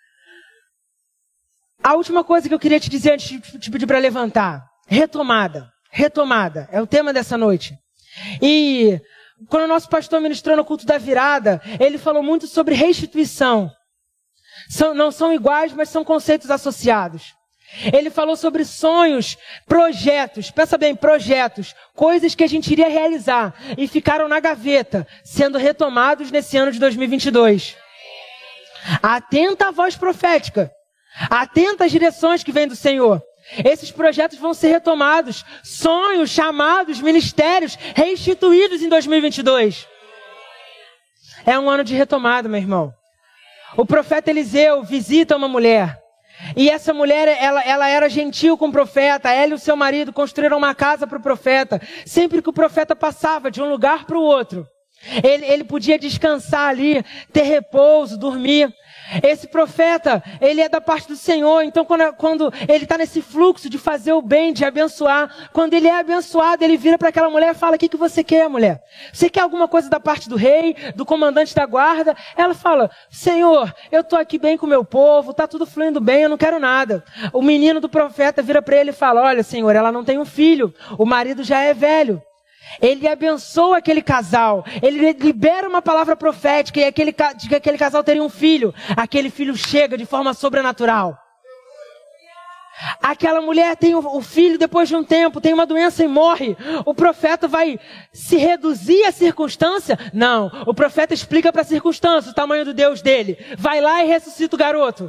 [SPEAKER 2] A última coisa que eu queria te dizer antes de te pedir para levantar. Retomada. Retomada. É o tema dessa noite. E quando o nosso pastor ministrou no culto da virada, ele falou muito sobre restituição. Não são iguais, mas são conceitos associados. Ele falou sobre sonhos, projetos. Pensa bem, projetos. Coisas que a gente iria realizar e ficaram na gaveta, sendo retomados nesse ano de 2022. Atenta à voz profética. Atenta às direções que vêm do Senhor. Esses projetos vão ser retomados. Sonhos, chamados, ministérios restituídos em 2022. É um ano de retomada, meu irmão. O profeta Eliseu visita uma mulher. E essa mulher, ela era gentil com o profeta. Ela e o seu marido construíram uma casa para o profeta. Sempre que o profeta passava de um lugar para o outro, ele podia descansar ali, ter repouso, dormir. Esse profeta, ele é da parte do Senhor. Então quando ele está nesse fluxo de fazer o bem, de abençoar, quando ele é abençoado, ele vira para aquela mulher e fala: o que você quer, mulher? Você quer alguma coisa da parte do rei, do comandante da guarda? Ela fala: Senhor, eu estou aqui bem com o meu povo, está tudo fluindo bem, eu não quero nada. O menino do profeta vira para ele e fala: olha, Senhor, ela não tem um filho, o marido já é velho. Ele abençoa aquele casal, ele libera uma palavra profética e de que aquele casal teria um filho. Aquele filho chega de forma sobrenatural. Aquela mulher tem o filho depois de um tempo, tem uma doença e morre. O profeta vai se reduzir à circunstância? Não, o profeta explica para a circunstância o tamanho do Deus dele. Vai lá e ressuscita o garoto.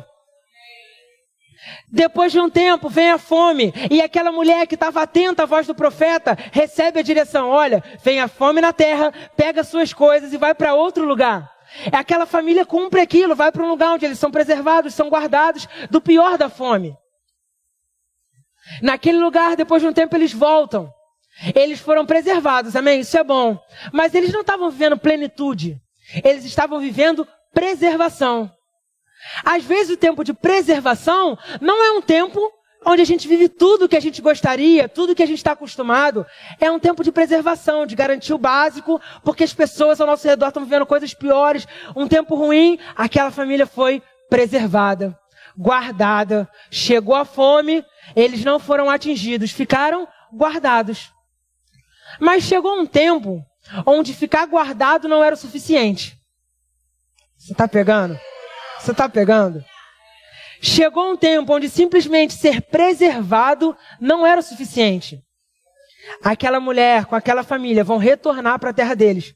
[SPEAKER 2] Depois de um tempo vem a fome e aquela mulher que estava atenta à voz do profeta recebe a direção: olha, vem a fome na terra, pega suas coisas e vai para outro lugar. Aquela família cumpre aquilo, vai para um lugar onde eles são preservados, são guardados do pior da fome. Naquele lugar, depois de um tempo, eles voltam. Eles foram preservados, amém? Isso é bom. Mas eles não estavam vivendo plenitude, eles estavam vivendo preservação. Às vezes o tempo de preservação não é um tempo onde a gente vive tudo que a gente gostaria, tudo que a gente está acostumado. É um tempo de preservação, de garantir o básico, porque as pessoas ao nosso redor estão vivendo coisas piores. Um tempo ruim, aquela família foi preservada, guardada. Chegou a fome, eles não foram atingidos, ficaram guardados. Mas chegou um tempo onde ficar guardado não era o suficiente. Você está pegando? Você está pegando? Chegou um tempo onde simplesmente ser preservado não era o suficiente. Aquela mulher com aquela família vão retornar para a terra deles.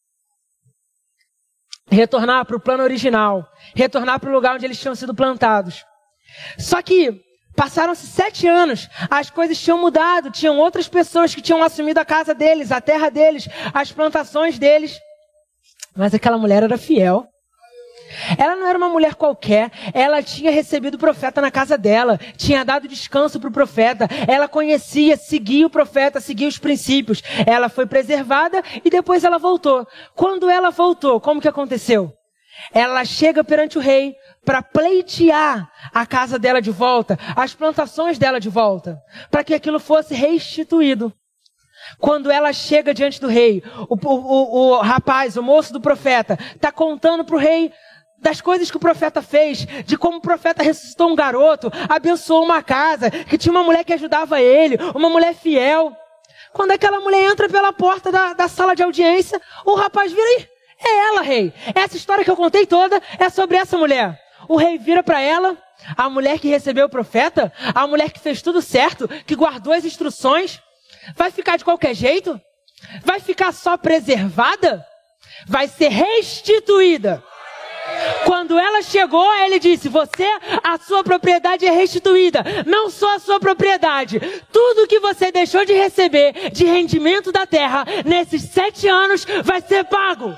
[SPEAKER 2] Retornar para o plano original. Retornar para o lugar onde eles tinham sido plantados. Só que passaram-se 7 anos. As coisas tinham mudado. Tinham outras pessoas que tinham assumido a casa deles, a terra deles, as plantações deles. Mas aquela mulher era fiel. Ela não era uma mulher qualquer, ela tinha recebido o profeta na casa dela, tinha dado descanso para o profeta, ela conhecia, seguia o profeta, seguia os princípios, ela foi preservada e depois ela voltou. Quando ela voltou, como que aconteceu? ela chega perante o rei para pleitear a casa dela de volta, as plantações dela de volta, para que aquilo fosse restituído. Quando ela chega diante do rei, o rapaz, o moço do profeta, está contando para o rei das coisas que o profeta fez, de como o profeta ressuscitou um garoto, abençoou uma casa, que tinha uma mulher que ajudava ele, uma mulher fiel. Quando aquela mulher entra pela porta da sala de audiência, o rapaz vira e... É ela, rei. Essa história que eu contei toda é sobre essa mulher. O rei vira para ela, a mulher que recebeu o profeta, a mulher que fez tudo certo, que guardou as instruções. Vai ficar de qualquer jeito? Vai ficar só preservada? Vai ser restituída. Quando ela chegou, ele disse: a sua propriedade é restituída. Não só a sua propriedade. Tudo que você deixou de receber de rendimento da terra, nesses 7 anos, vai ser pago.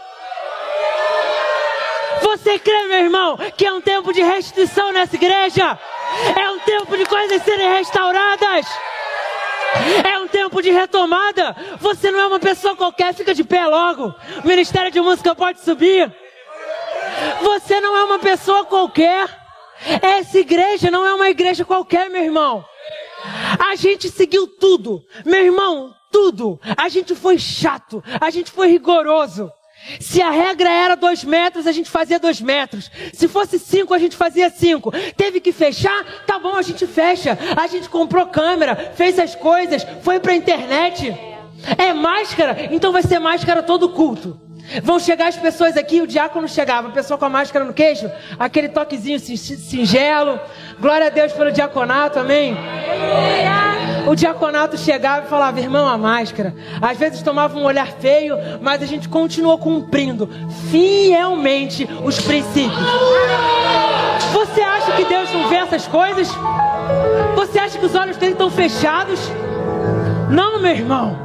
[SPEAKER 2] Você crê, meu irmão, que é um tempo de restituição nessa igreja? É um tempo de coisas serem restauradas. É um tempo de retomada. Você não é uma pessoa qualquer, fica de pé logo. O Ministério de Música pode subir. Você não é uma pessoa qualquer. Essa igreja não é uma igreja qualquer, meu irmão. A gente seguiu tudo, meu irmão, tudo. A gente foi chato, a gente foi rigoroso. Se a regra era 2 metros, a gente fazia 2 metros. Se fosse 5, a gente fazia 5. Teve que fechar? Tá bom, a gente fecha. A gente comprou câmera, fez as coisas, foi pra internet. É máscara? Então vai ser máscara todo culto. Vão chegar as pessoas aqui, o diácono chegava, a pessoa com a máscara no queixo, aquele toquezinho singelo. Glória a Deus pelo diaconato, amém? O diaconato chegava e falava: irmão, a máscara. Às vezes tomava um olhar feio, mas a gente continuou cumprindo fielmente os princípios. Você acha que Deus não vê essas coisas? Você acha que os olhos dele estão fechados? Não, meu irmão.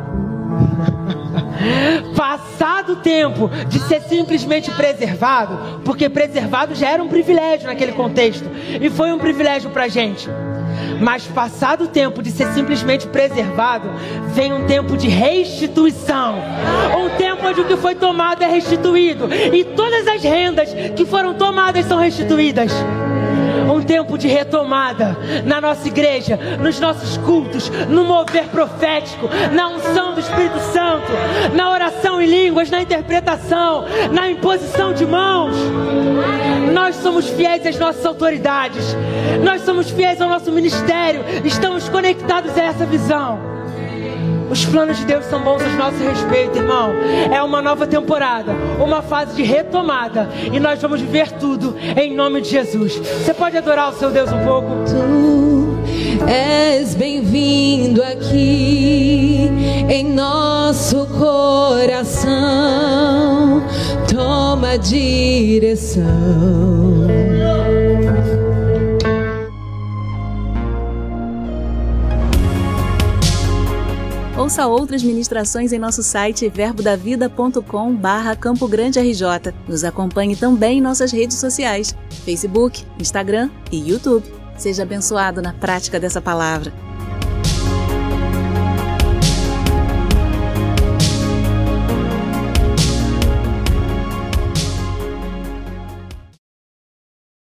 [SPEAKER 2] Passado o tempo de ser simplesmente preservado, porque preservado já era um privilégio naquele contexto, e foi um privilégio pra gente. Mas passado o tempo de ser simplesmente preservado, vem um tempo de restituição. Um tempo onde o que foi tomado é restituído, e todas as rendas que foram tomadas são restituídas. Um tempo de retomada na nossa igreja, nos nossos cultos, no mover profético, na unção do Espírito Santo, na oração em línguas, na interpretação, na imposição de mãos. Nós somos fiéis às nossas autoridades, nós somos fiéis ao nosso ministério, estamos conectados a essa visão. Os planos de Deus são bons a nosso respeito, irmão. É uma nova temporada, uma fase de retomada, e nós vamos viver tudo em nome de Jesus. Você pode adorar o seu Deus um pouco?
[SPEAKER 3] Tu és bem-vindo aqui em nosso coração. Toma a direção.
[SPEAKER 1] Ouça outras ministrações em nosso site verbodavida.com/Campo Grande RJ. Nos acompanhe também em nossas redes sociais, Facebook, Instagram e YouTube. Seja abençoado na prática dessa palavra.